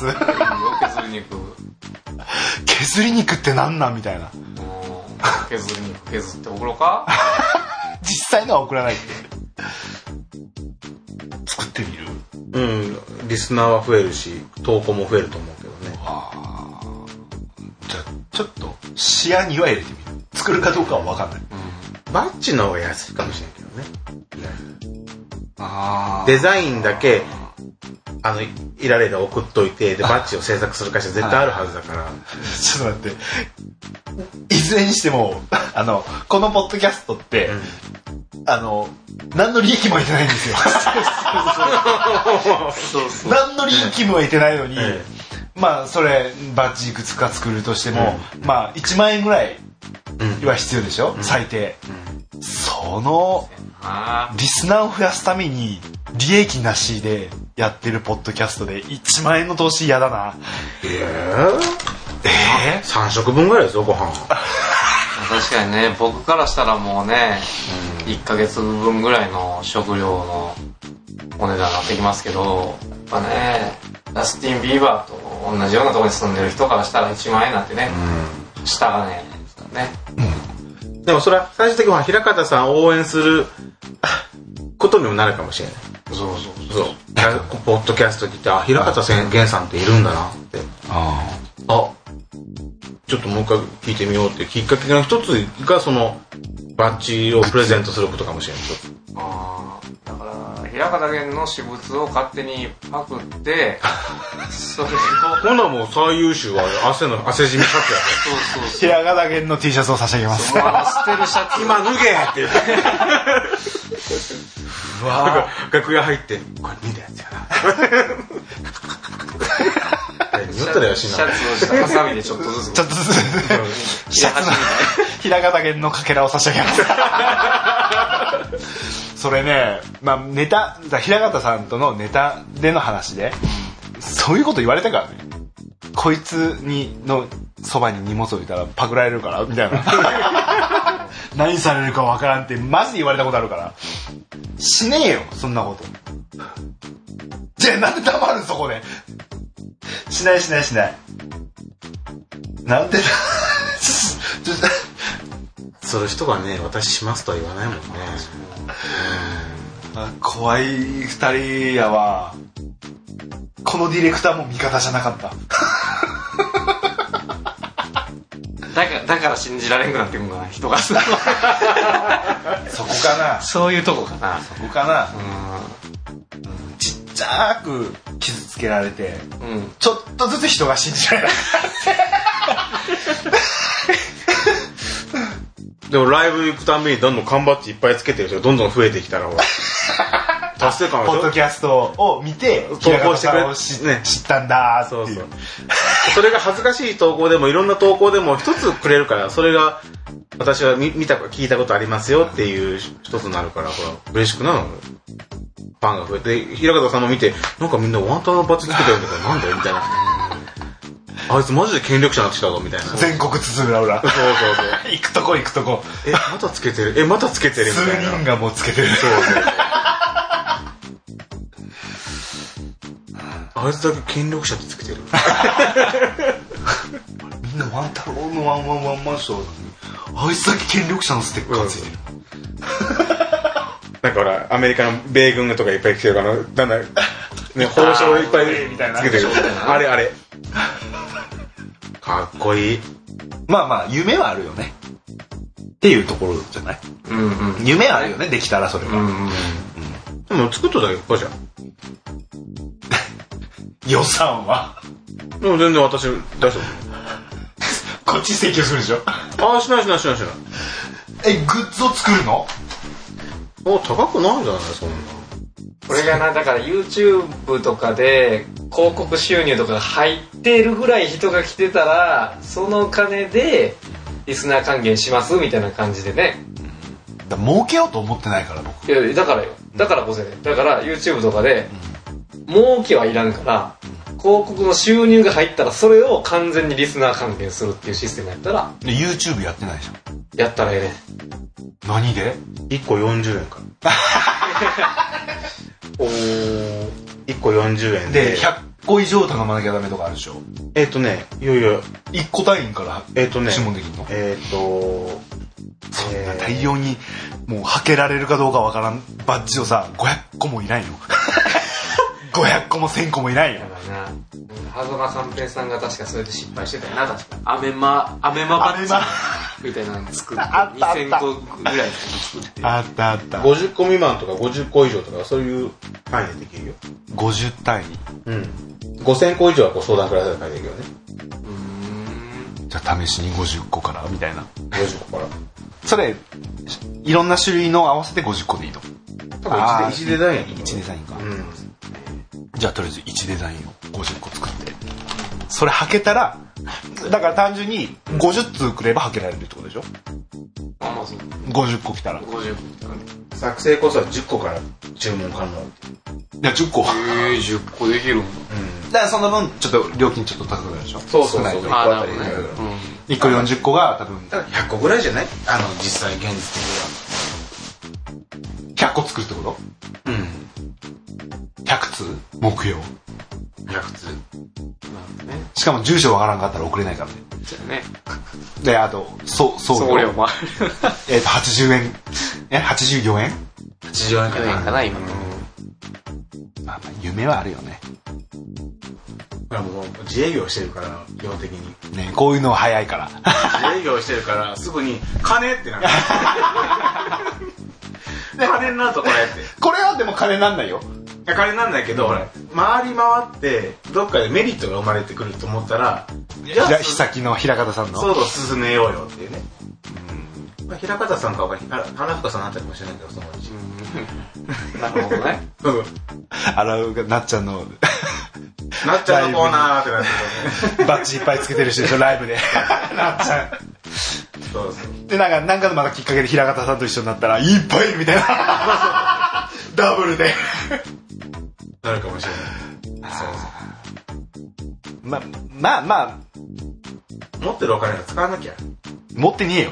削り肉ってなんなんみたいな。 削り肉削って送ろうか。 実際のは送らないって。作ってみる？ リスナーは増えるし投稿も増えると思うけどね。 じゃあちょっと視野には入れてみる。作るかどうかは分かんない。 バッジの方が安いかもしれんけどね。デザインだけいられる送っといてでバッジを制作する会社絶対あるはずだから。 ちょっと待って。いずれにしてもこのポッドキャストって、何の利益も得てないんですよ。何の利益も得てないのに、まあそれバッジいくつか作るとしても、まあ1万円ぐらいは必要でしょ、最低。そのリスナーを増やすために利益なしでやってるポッドキャストで1万円の投資嫌だな。 3食分ぐらいですよご飯。 確かにね、僕からしたらもうね、1ヶ月分ぐらいの食料のお値段になってきますけど、やっぱね、ジャスティン・ビーバーと同じようなところに住んでる人からしたら1万円なんてね、下がね、 でもそれは最終的には平方さんを応援することにもなるかもしれない。そうポッドキャスト聞いて平方源さんっているんだなって、ちょっともう一回聞いてみようっていうきっかけの一つがそのバッジをプレゼントすることかもしれない。 だから平方源の私物を勝手にパクってそれを今度はもう最優秀は汗じみシャツや。 そう平方源の T シャツを差し上げます。 捨てるシャツ今脱げって言ってうわ楽屋入ってこれ見たやつやな言ったらよしなシャツの下ハサミでちょっとずつちょっとずつシャツの平方弦のかけらを差し上げますそれね、まあ、ネタ平方さんとのネタでの話でそういうこと言われたからね。こいつのそばに荷物置いたらパクられるからみたいな何されるかわからんってマジで言われたことあるから、しねえよそんなこと。じゃあなんで黙るそこで。しないなんでだそういう人がね、私しますとは言わないもんね。 怖い二人やわ。このディレクターも味方じゃなかっただから信じられんくなってくるんかな、人がそこかなそういうとこかな。 そこかな。ちっちゃく傷つけられて、ちょっとずつ人が信じられないでもライブ行くたんびにどんどん缶バッジいっぱいつけてる人がどんどん増えてきたらほら達成感ポッドキャストを見て投稿してくれ平方さんを知ったんだーっていう。 それが恥ずかしい投稿でもいろんな投稿でも一つくれるから、それが私は見たか聞いたことありますよっていう一つになるから、ほら嬉しくなるの。ファンが増えて、平方さんも見て、なんかみんなワンタンのバッジつけてるんだけどなんだよみたいなあいつマジで権力者になってきたぞみたいな。 全国津々浦々行くとこまたつけてるみたいな。 数人がもうつけてる。 そうあいつだけ権力者ってつけてるみんなワン太郎のワンマンショーなのにあいつだけ権力者のステッカーついてる。 なんかほらアメリカの米軍とかいっぱい来てるから、だんだんね報奨いっぱいつけてるあれかっこいい。 まあ夢はあるよねっていうところじゃない。夢はあるよね、できたらそれは。 でも作っとっただけかじゃん。 予算はでも全然私出したこっち請求するでしょ。 しない。 グッズを作るの？ 高くないんじゃないそんな。 これがな、だから YouTube とかで広告収入とかが入っているぐらい人が来てたら、その金でリスナー還元しますみたいな感じでね。 儲けようと思ってないから僕。 いやだからこそね。だから YouTube とかで儲けはいらんから、広告の収入が入ったらそれを完全にリスナー還元するっていうシステムやったら。 で YouTube やってないでしょ。 やったらええね。 何で ？1個40円から1個40円で100個以上頼まなきゃダメとかあるでしょ。 いよいよ 1個単位から注文できるの？そんな大量にもう履けられるかどうかわからんバッジをさ500個もいないよ500個も1000個もいないよ。 ハゾナ三平さんが確かそれで失敗してたよな。確かアメマバッジみたいなの作って2000個ぐらい作って。 あった 50個未満とか50個以上とかそういう範囲でできるよ。 50単位。 5000個以上はご相談くださいって書いてるよね。 じゃあ試しに50個からみたいな。 50個からそれいろんな種類の合わせて50個でいいの？ 多分1デザイン 1デザインか。じゃあとりあえず1デザインを50個作ってそれ履けたら、だから単純に50通くれば履けられるってことでしょ。50個来たら作成こそは10個から注文可能。 いや10個 10個できるんだ。 だからその分ちょっと料金ちょっと高くなるでしょ。 そう少ないと1個あたり1個40個が多分 100個ぐらいじゃない？実際現実的には100個作るってこと？100通目標 100通。 しかも住所わからんかったら送れないからね。であと送料も80円84円 84円かな今。 まあ夢はあるよね。 もう自営業してるから基本的にね、こういうのは早いから自営業してるからすぐに金ってなる金になるとこれってこれはでも金なんないよ。 金なんだけど、回り回ってどっかでメリットが生まれてくると思ったら、 ひさきの平方さんのそう進めようよっていうね。 平方さんか花深さんになったかもしれないけど、そのうち。 なるほどね。 なっちゃんのなっちゃんのコーナーってなってるバッジいっぱいつけてる人でしょ、ライブで。なっちゃん。 そうで、なんかのまたきっかけで平方さんと一緒になったら、いっぱいいるみたいな。ダブルで。 なるかもしれない。そうまあ。 持ってるお金が使わなきゃ。 持ってねえよ。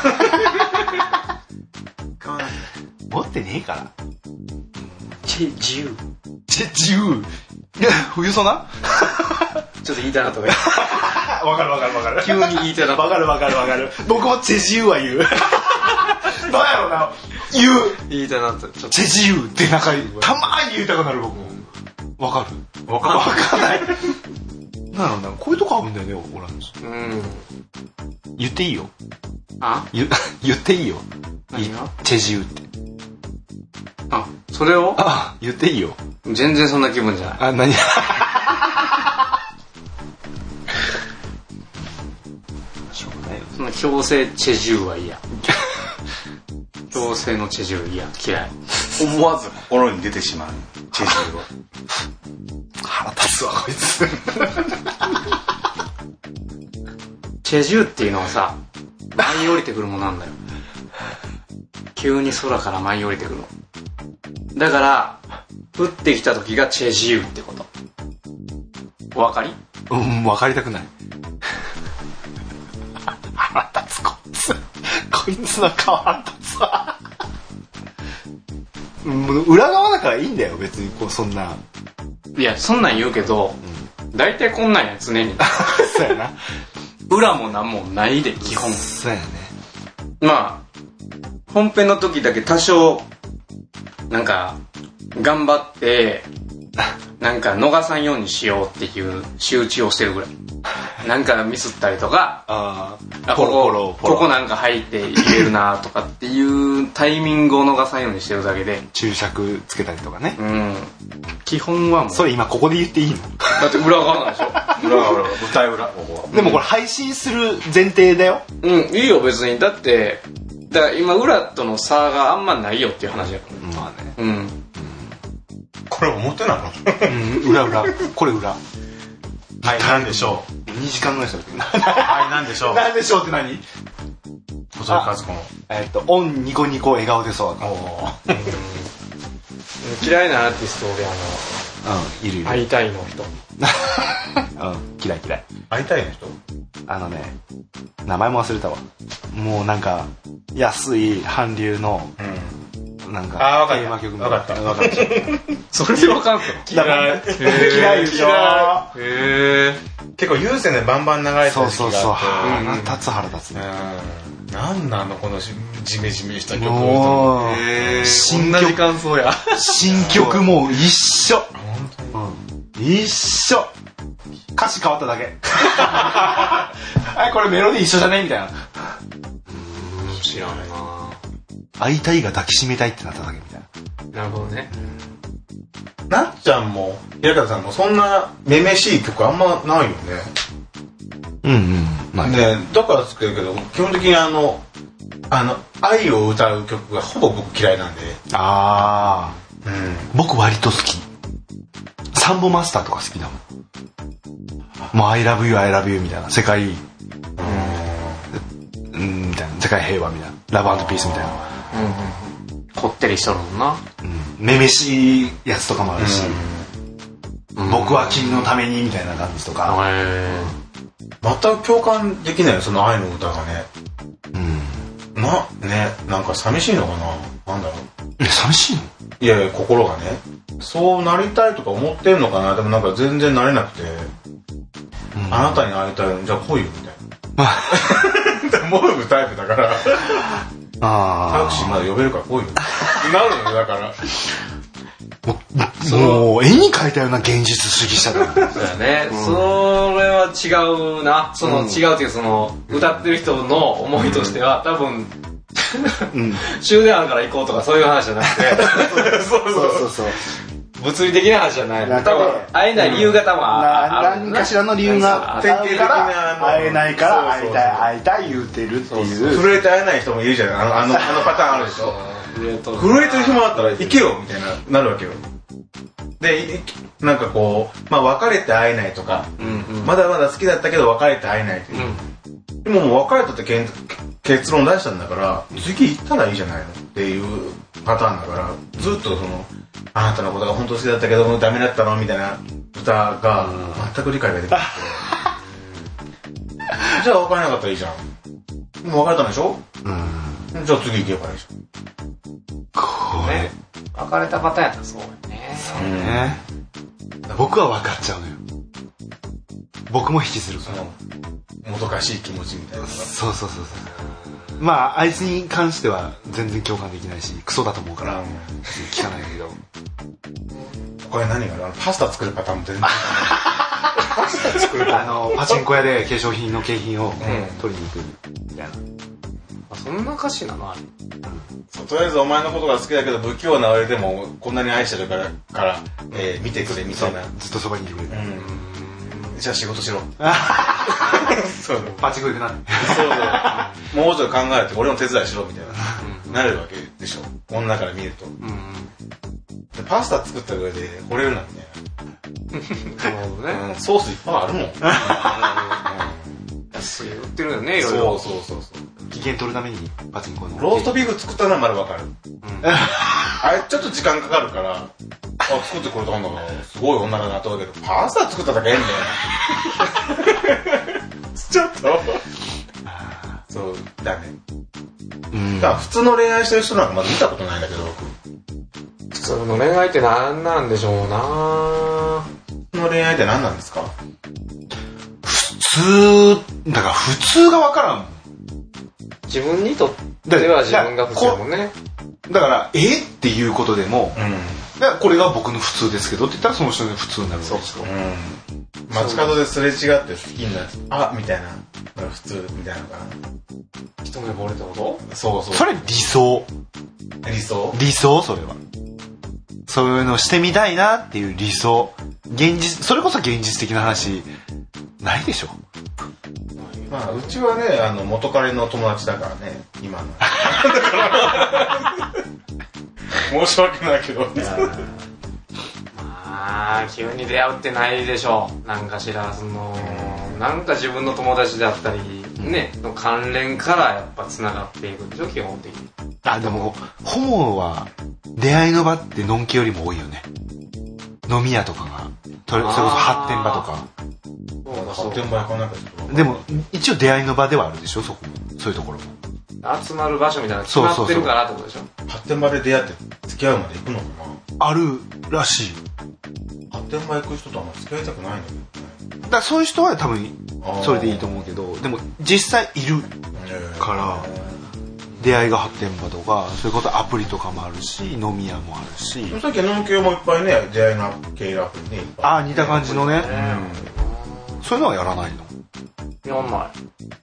使わなきゃ。 持ってねえから。 自由。 自由。冬ソナちょっと言いたいなとかわかる。 急に言いたいな。 わかる。僕もチェジューは言う。どうやろうな。 言いたいなと。 チェジューってなんか、たまーに言いたくなる僕も。わかる。わかんない。なんだろうな。こういうとこあるんだよね、俺らの。言っていいよ。言っていいよ。 何がチェジューって。 それを言っていいよ。 全然そんな気分じゃない。 何その強制チェジューは嫌。強制のチェジュー嫌い。 思わず心に出てしまうチェジューは。 腹立つわこいつ。 チェジューっていうのはさ、舞い降りてくるものなんだよ。急に空から舞い降りてくるの。だから降ってきた時がチェジューってこと。お分かり？ 分かりたくない。腹立つこいつの顔腹立つわ。裏側だからいいんだよ別にそんな。 いやそんなん言うけど、大体こんなんや常に。 そうやな。 裏もなんもないで基本。 そうやね。 まあ本編の時だけ多少なんか頑張ってなんか逃さんようにしようっていう仕打ちをしてるぐらい。なんかミスったりとか、ここなんか入って入れるなとかっていうタイミングを逃さんようにしてるだけで。 注釈つけたりとかね。 基本はもう。 それ今ここで言っていいの？ だって裏側なんでしょ。 裏舞台裏ここは。 でもこれ配信する前提だよ。 いいよ別に。だから今裏との差があんまないよっていう話やから。 まあね。 これ表なの？ 裏。これ裏。 はい、なんでしょう。 2時間ぐらいしたっけ。 はい、なんでしょう。 なんでしょうって何？ 細井和子の。 オンニコニコ笑顔でそう。 嫌いなアーティスト俺いる。 会いたいの人。 嫌い。 会いたいの人？ 名前も忘れたわ。もうなんか安い韓流のなんかテーマ曲みたいな。分かった。 それで分かんの？ 嫌いでしょ。 結構有線でバンバン流れてる時があって。 腹立つね。 なんなのこのジメジメした曲。 同じ感想や。 新曲も一緒。一緒。歌詞変わっただけ。これメロディー一緒じゃねみたいな。 知らないな。 会いたいが抱きしめたいってなっただけみたいな。なるほどね。 なっちゃんも平方さんもそんなめめしい曲あんまないよね。ね、だからつけるけど基本的に愛を歌う曲がほぼ僕嫌いなんで。 僕割と好き。サンボマスターとか好きだもん。もう I love you I love you みたいな世界みたいな世界平和みたいなラブ&ピースみたいな。 こってりしとるもんな。 めめしいやつとかもあるし、僕は君のためにみたいな感じとか。 全く共感できないよその愛の歌がね。なんか寂しいのかな。なんだろう。 寂しいの？ いや心がねそうなりたいとか思ってんのかな。でもなんか全然なれなくて、あなたに会いたいじゃあ来いよみたいな。もうタイプだからタクシーまだ呼べるから来いよなるのよ。だからもう絵に描いたような現実主義者だ。 そうだね。それは違うな。違うっていうその歌ってる人の思いとしては多分終電あるから行こうとかそういう話じゃなくて。 そう。 物理的な話じゃないの。 多分会えない理由が多分何かしらの理由があるから会えないから会いたい言うてるっていう。 震えて会えない人もいるじゃん。あのパターンあるでしょ。震えてる暇あったら行けよみたいなるわけよ。でなんかこう別れて会えないとか、まだまだ好きだったけど別れて会えないっていう。でももう別れたって結論出したんだから次行ったらいいじゃないのっていうパターンだから、ずっとあなたのことが本当好きだったけどダメだったのみたいな歌が全く理解ができなくてじゃあ別れなかったらいいじゃん。もう別れたんでしょ。じゃあ次行けばいいじゃん。 これ別れたパターンやったらそうよね。 そうね。僕は分かっちゃうのよ。僕も引きずるからもどかしい気持ちみたいな。 そうあいつに関しては全然共感できないしクソだと思うから聞かないけど、 これ何がある？パスタ作るパターンも全然パスタ作るパチンコ屋で化粧品の景品を取りに行くみたいな。 そんな歌詞なのあれ。 とりあえずお前のことが好きだけど不器用な俺でもこんなに愛してるから見てくれみたいな。 ずっとそばにいてくれる。 じゃあ仕事しろ。 そうパチンコ行くな。 そうもうちょっと考えて俺の手伝いしろみたいななるわけでしょ。女から見ると。パスタ作った上で惚れるなんてね。ソースいっぱいあるもん。 安い売ってるよね、いろいろ。 そう機嫌取るためにパチンコのローストビーフ作ったのはまだわかる。あれちょっと時間かかるから作ってくれたんだからすごい女だなと思うけど、パスタ作っただけええんだよ。ちょっとそうだね。だから普通の恋愛してる人なんかまだ見たことないんだけど、 普通の恋愛って何なんでしょうな。 普通の恋愛って何なんですか？ だから普通が分からん。 自分にとっては自分が普通だもんね。 だからっていうことでも、だからこれが僕の普通ですけどって言ったらその人の普通になるわけですよ。 街角ですれ違って好きになってみたいな普通みたいなのかな。 一目惚れってこと？ そうそれ理想それはそういうのをしてみたいなっていう理想。それこそ現実的な話ないでしょ。 うちはね元彼の友達だからね今の。申し訳ないけど。 急に出会うってないでしょ。なんかしらなんか自分の友達だったりねの関連からやっぱつながっていくでしょ基本的に。 でもホモは出会いの場ってのんけよりも多いよね。飲み屋とかがそれこそ発展場とか。 発展場行かなかった。 でも一応出会いの場ではあるでしょ。そこもそういうところも集まる場所みたいな決まってるからってことでしょ。 発展場で出会って付き合うまで行くのかな。 あるらしい。 発展場行く人とあんま付き合いたくないんだけどね。 だからそういう人は多分それでいいと思うけど、でも実際いるから出会いが発展場とかそういうことアプリとかもあるし飲み屋もあるし。 さっき飲み系もいっぱいね出会いの系アプリね。 似た感じのね。そういうのはやらないの？ やんない。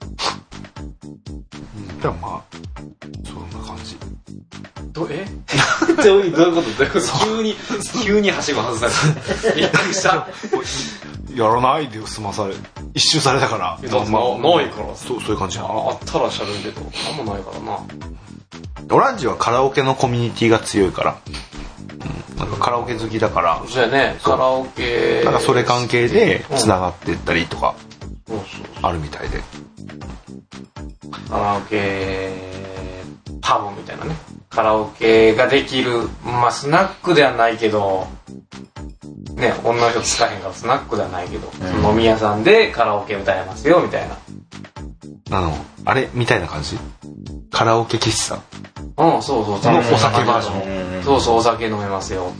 でもそんな感じ。 どういうこと急にはしご外されてびっくりした。 やらないで済まされ一周されたから。 ないからそういう感じやな。 あったらしゃべるけどあんまないからな。 オランジはカラオケのコミュニティが強いから、なんかカラオケ好きだから。 そうやね。カラオケなんかそれ関係でつながってったりとかあるみたいで。 カラオケパブみたいなね。カラオケができるスナックではないけどね、女の人つかへんからスナックではないけど、飲み屋さんでカラオケ歌えますよみたいな。 あれみたいな感じ。カラオケ喫茶。 そうお酒バージョン。そうお酒飲めますよ。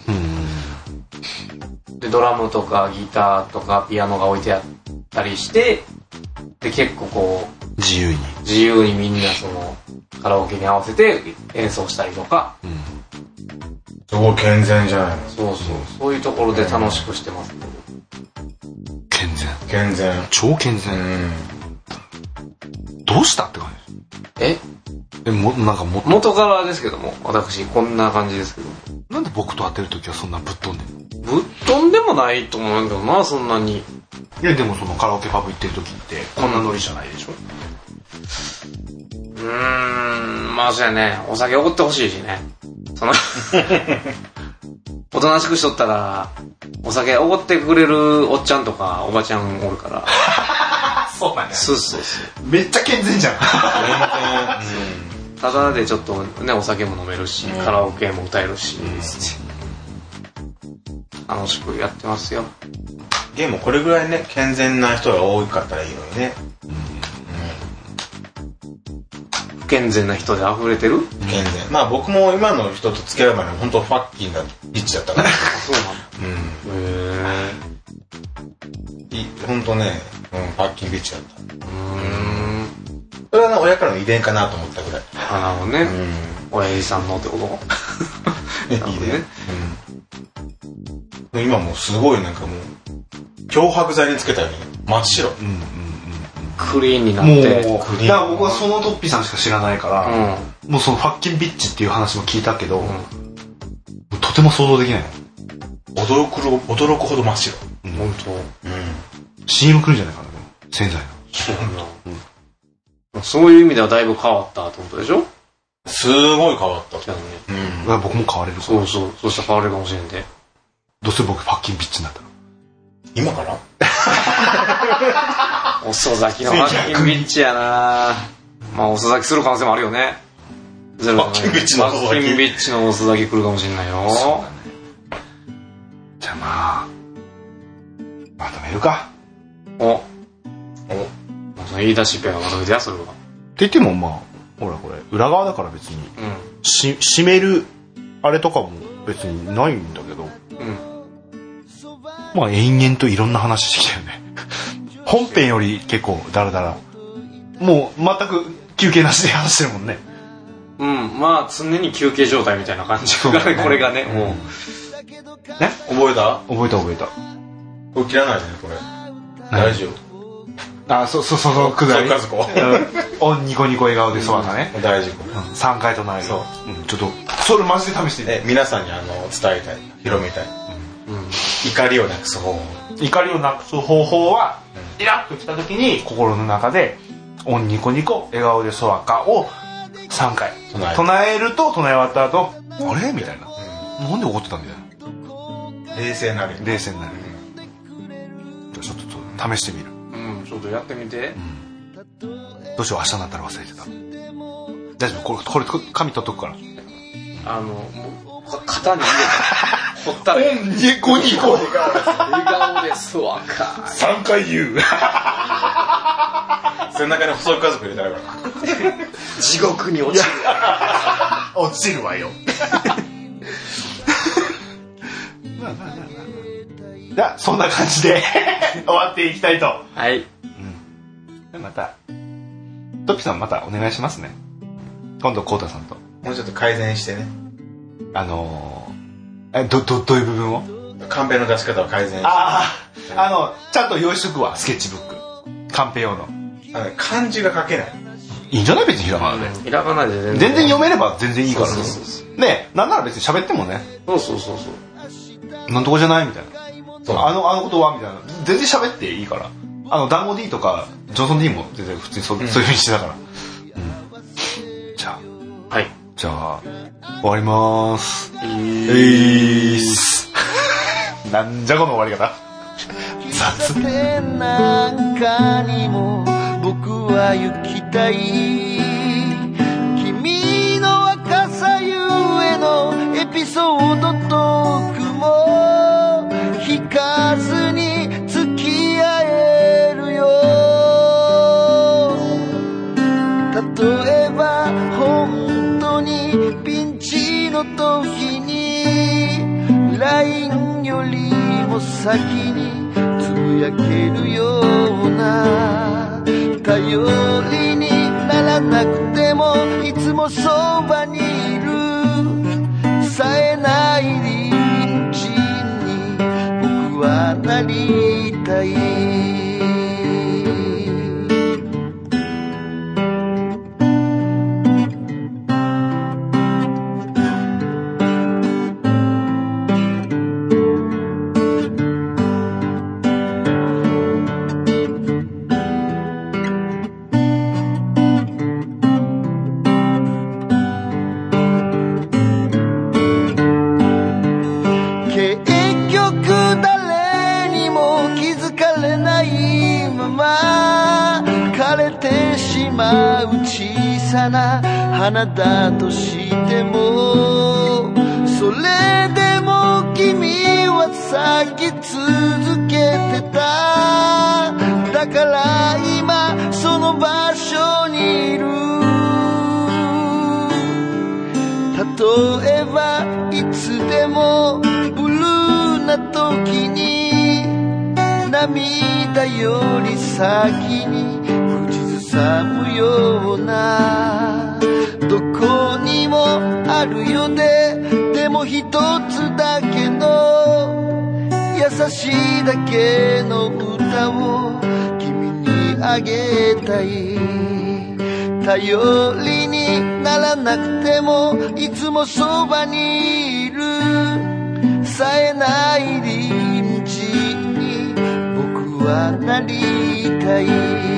でドラムとかギターとかピアノが置いてあったりして、で結構こう自由にみんなカラオケに合わせて演奏したりとか。 すごい健全じゃないの。 そういうところで楽しくしてます。 健全超健全。どうしたって感じ。なんか元からですけども、私こんな感じですけど。 なんで僕と会ってる時はそんなぶっ飛んでるの？ ぶっ飛んでもないと思うんだけどな、そんなに。 いやでもそのカラオケパブ行ってる時ってこんなノリじゃないでしょ。 まあそうやね、お酒おごってほしいしね。そのおとなしくしとったらお酒おごってくれるおっちゃんとかおばちゃんおるから。 そうなんや。 そうそうそう。 めっちゃ健全じゃん。 ただでちょっとね、お酒も飲めるし、カラオケも歌えるし、楽しくやってますよ。 ゲームこれぐらいね、健全な人が多かったらいいのにね。 不健全な人で溢れてる？ 健全。まあ僕も今の人と付き合う前に本当ファッキーなリッチだったから。 そうなの？ 本当ね、ファッキンビッチだった。それはね、親からの遺伝かなと思ったぐらい。 なるほどね。親父さんのってこと？ いいね。今もうすごいなんかもう漂白剤につけたように真っ白。 クリーンになって。 もうだから僕はそのトッピーさんしか知らないから、もうそのファッキンビッチっていう話も聞いたけど、とても想像できないの。 驚くほど真っ白。 本当。 CM 来るんじゃないかな、洗剤の。 そういう意味ではだいぶ変わったってことでしょ？ すごい変わった。 僕も変われるから。 そうしたら変われるかもしれんで。 どうせ僕ファッキンビッチになったの？ 今から遅咲きのファッキンビッチやな。まあ遅咲きする可能性もあるよね。 ファッキンビッチの遅咲き。 ファッキンビッチの遅咲き来るかもしれないよ。 じゃあまとめるか。 その言い出しっぺがまとめてや、それは。 って言ってもほらこれ裏側だから別に、締めるあれとかも別にないんだけど、延々といろんな話してきたよね。本編より結構ダラダラ、もう全く休憩なしで話してるもんね。 まあ常に休憩状態みたいな感じがね、これがね、もうね。 覚えた。 これ切らないでね、これ。大丈夫。 そのくだり。おニコニコ笑顔でそうだね。 大丈夫。 3回唱える。ちょっとそれマジで試して。 皆さんに伝えたい、広めたい。怒りをなくす方法。 怒りをなくす方法は、イラッときた時に心の中でオンニコニコ笑顔でそわかを3回唱えると、唱え終わった後、あれみたいな、なんで怒ってたんだよ。 冷静になる。 じゃあちょっと試してみる。 ちょっとやってみて。 どうしよう、明日になったら忘れてた。大丈夫、これ紙取っとくから。 もう型に入れて取ったらニコニコ笑顔ですわか 3回言う。 背中に細い家族入れたら地獄に落ちる。 落ちるわよ。じゃあそんな感じで終わっていきたいと。 はい。 またトッピさんまたお願いしますね。今度コウタさんともうちょっと改善してね。 どういう部分を？ カンペの出し方を改善して。 ちゃんと用意しとくわ、スケッチブック。カンペ用の。 漢字が書けない。 いいんじゃない、別にひらがなで。 ひらがなで全然読めれば全然いいからね。ね、なんなら別に喋ってもね。 そう。 なんとこじゃないみたいな。あのことはみたいな。全然喋っていいから。団子 D とかジョンソン D も全然普通にそういう風にしてたから。じゃあ。 はい。 じゃあ終わりまーす。なんじゃこの終わり方。雑。 なんかにも僕は行きたい。君の若さゆえのエピソードトークも引かずに付き合えるよ。例えば本当にピンチの時に LINE よりも先につぶやけるような、頼りにならなくてもいつもそばにいる冴えない隣人に僕はなりたい。 しまう小さな花だとしても、それでも君は咲き続けてた。だから今その場所にいる。例えばいつでもブルーな時に、涙より先に口ずさむような、どこにもあるよね。でも一つだけの優しいだけの歌を君にあげたい。頼りにならなくてもいつもそばにいる。冴えない臨時に僕はなりたい。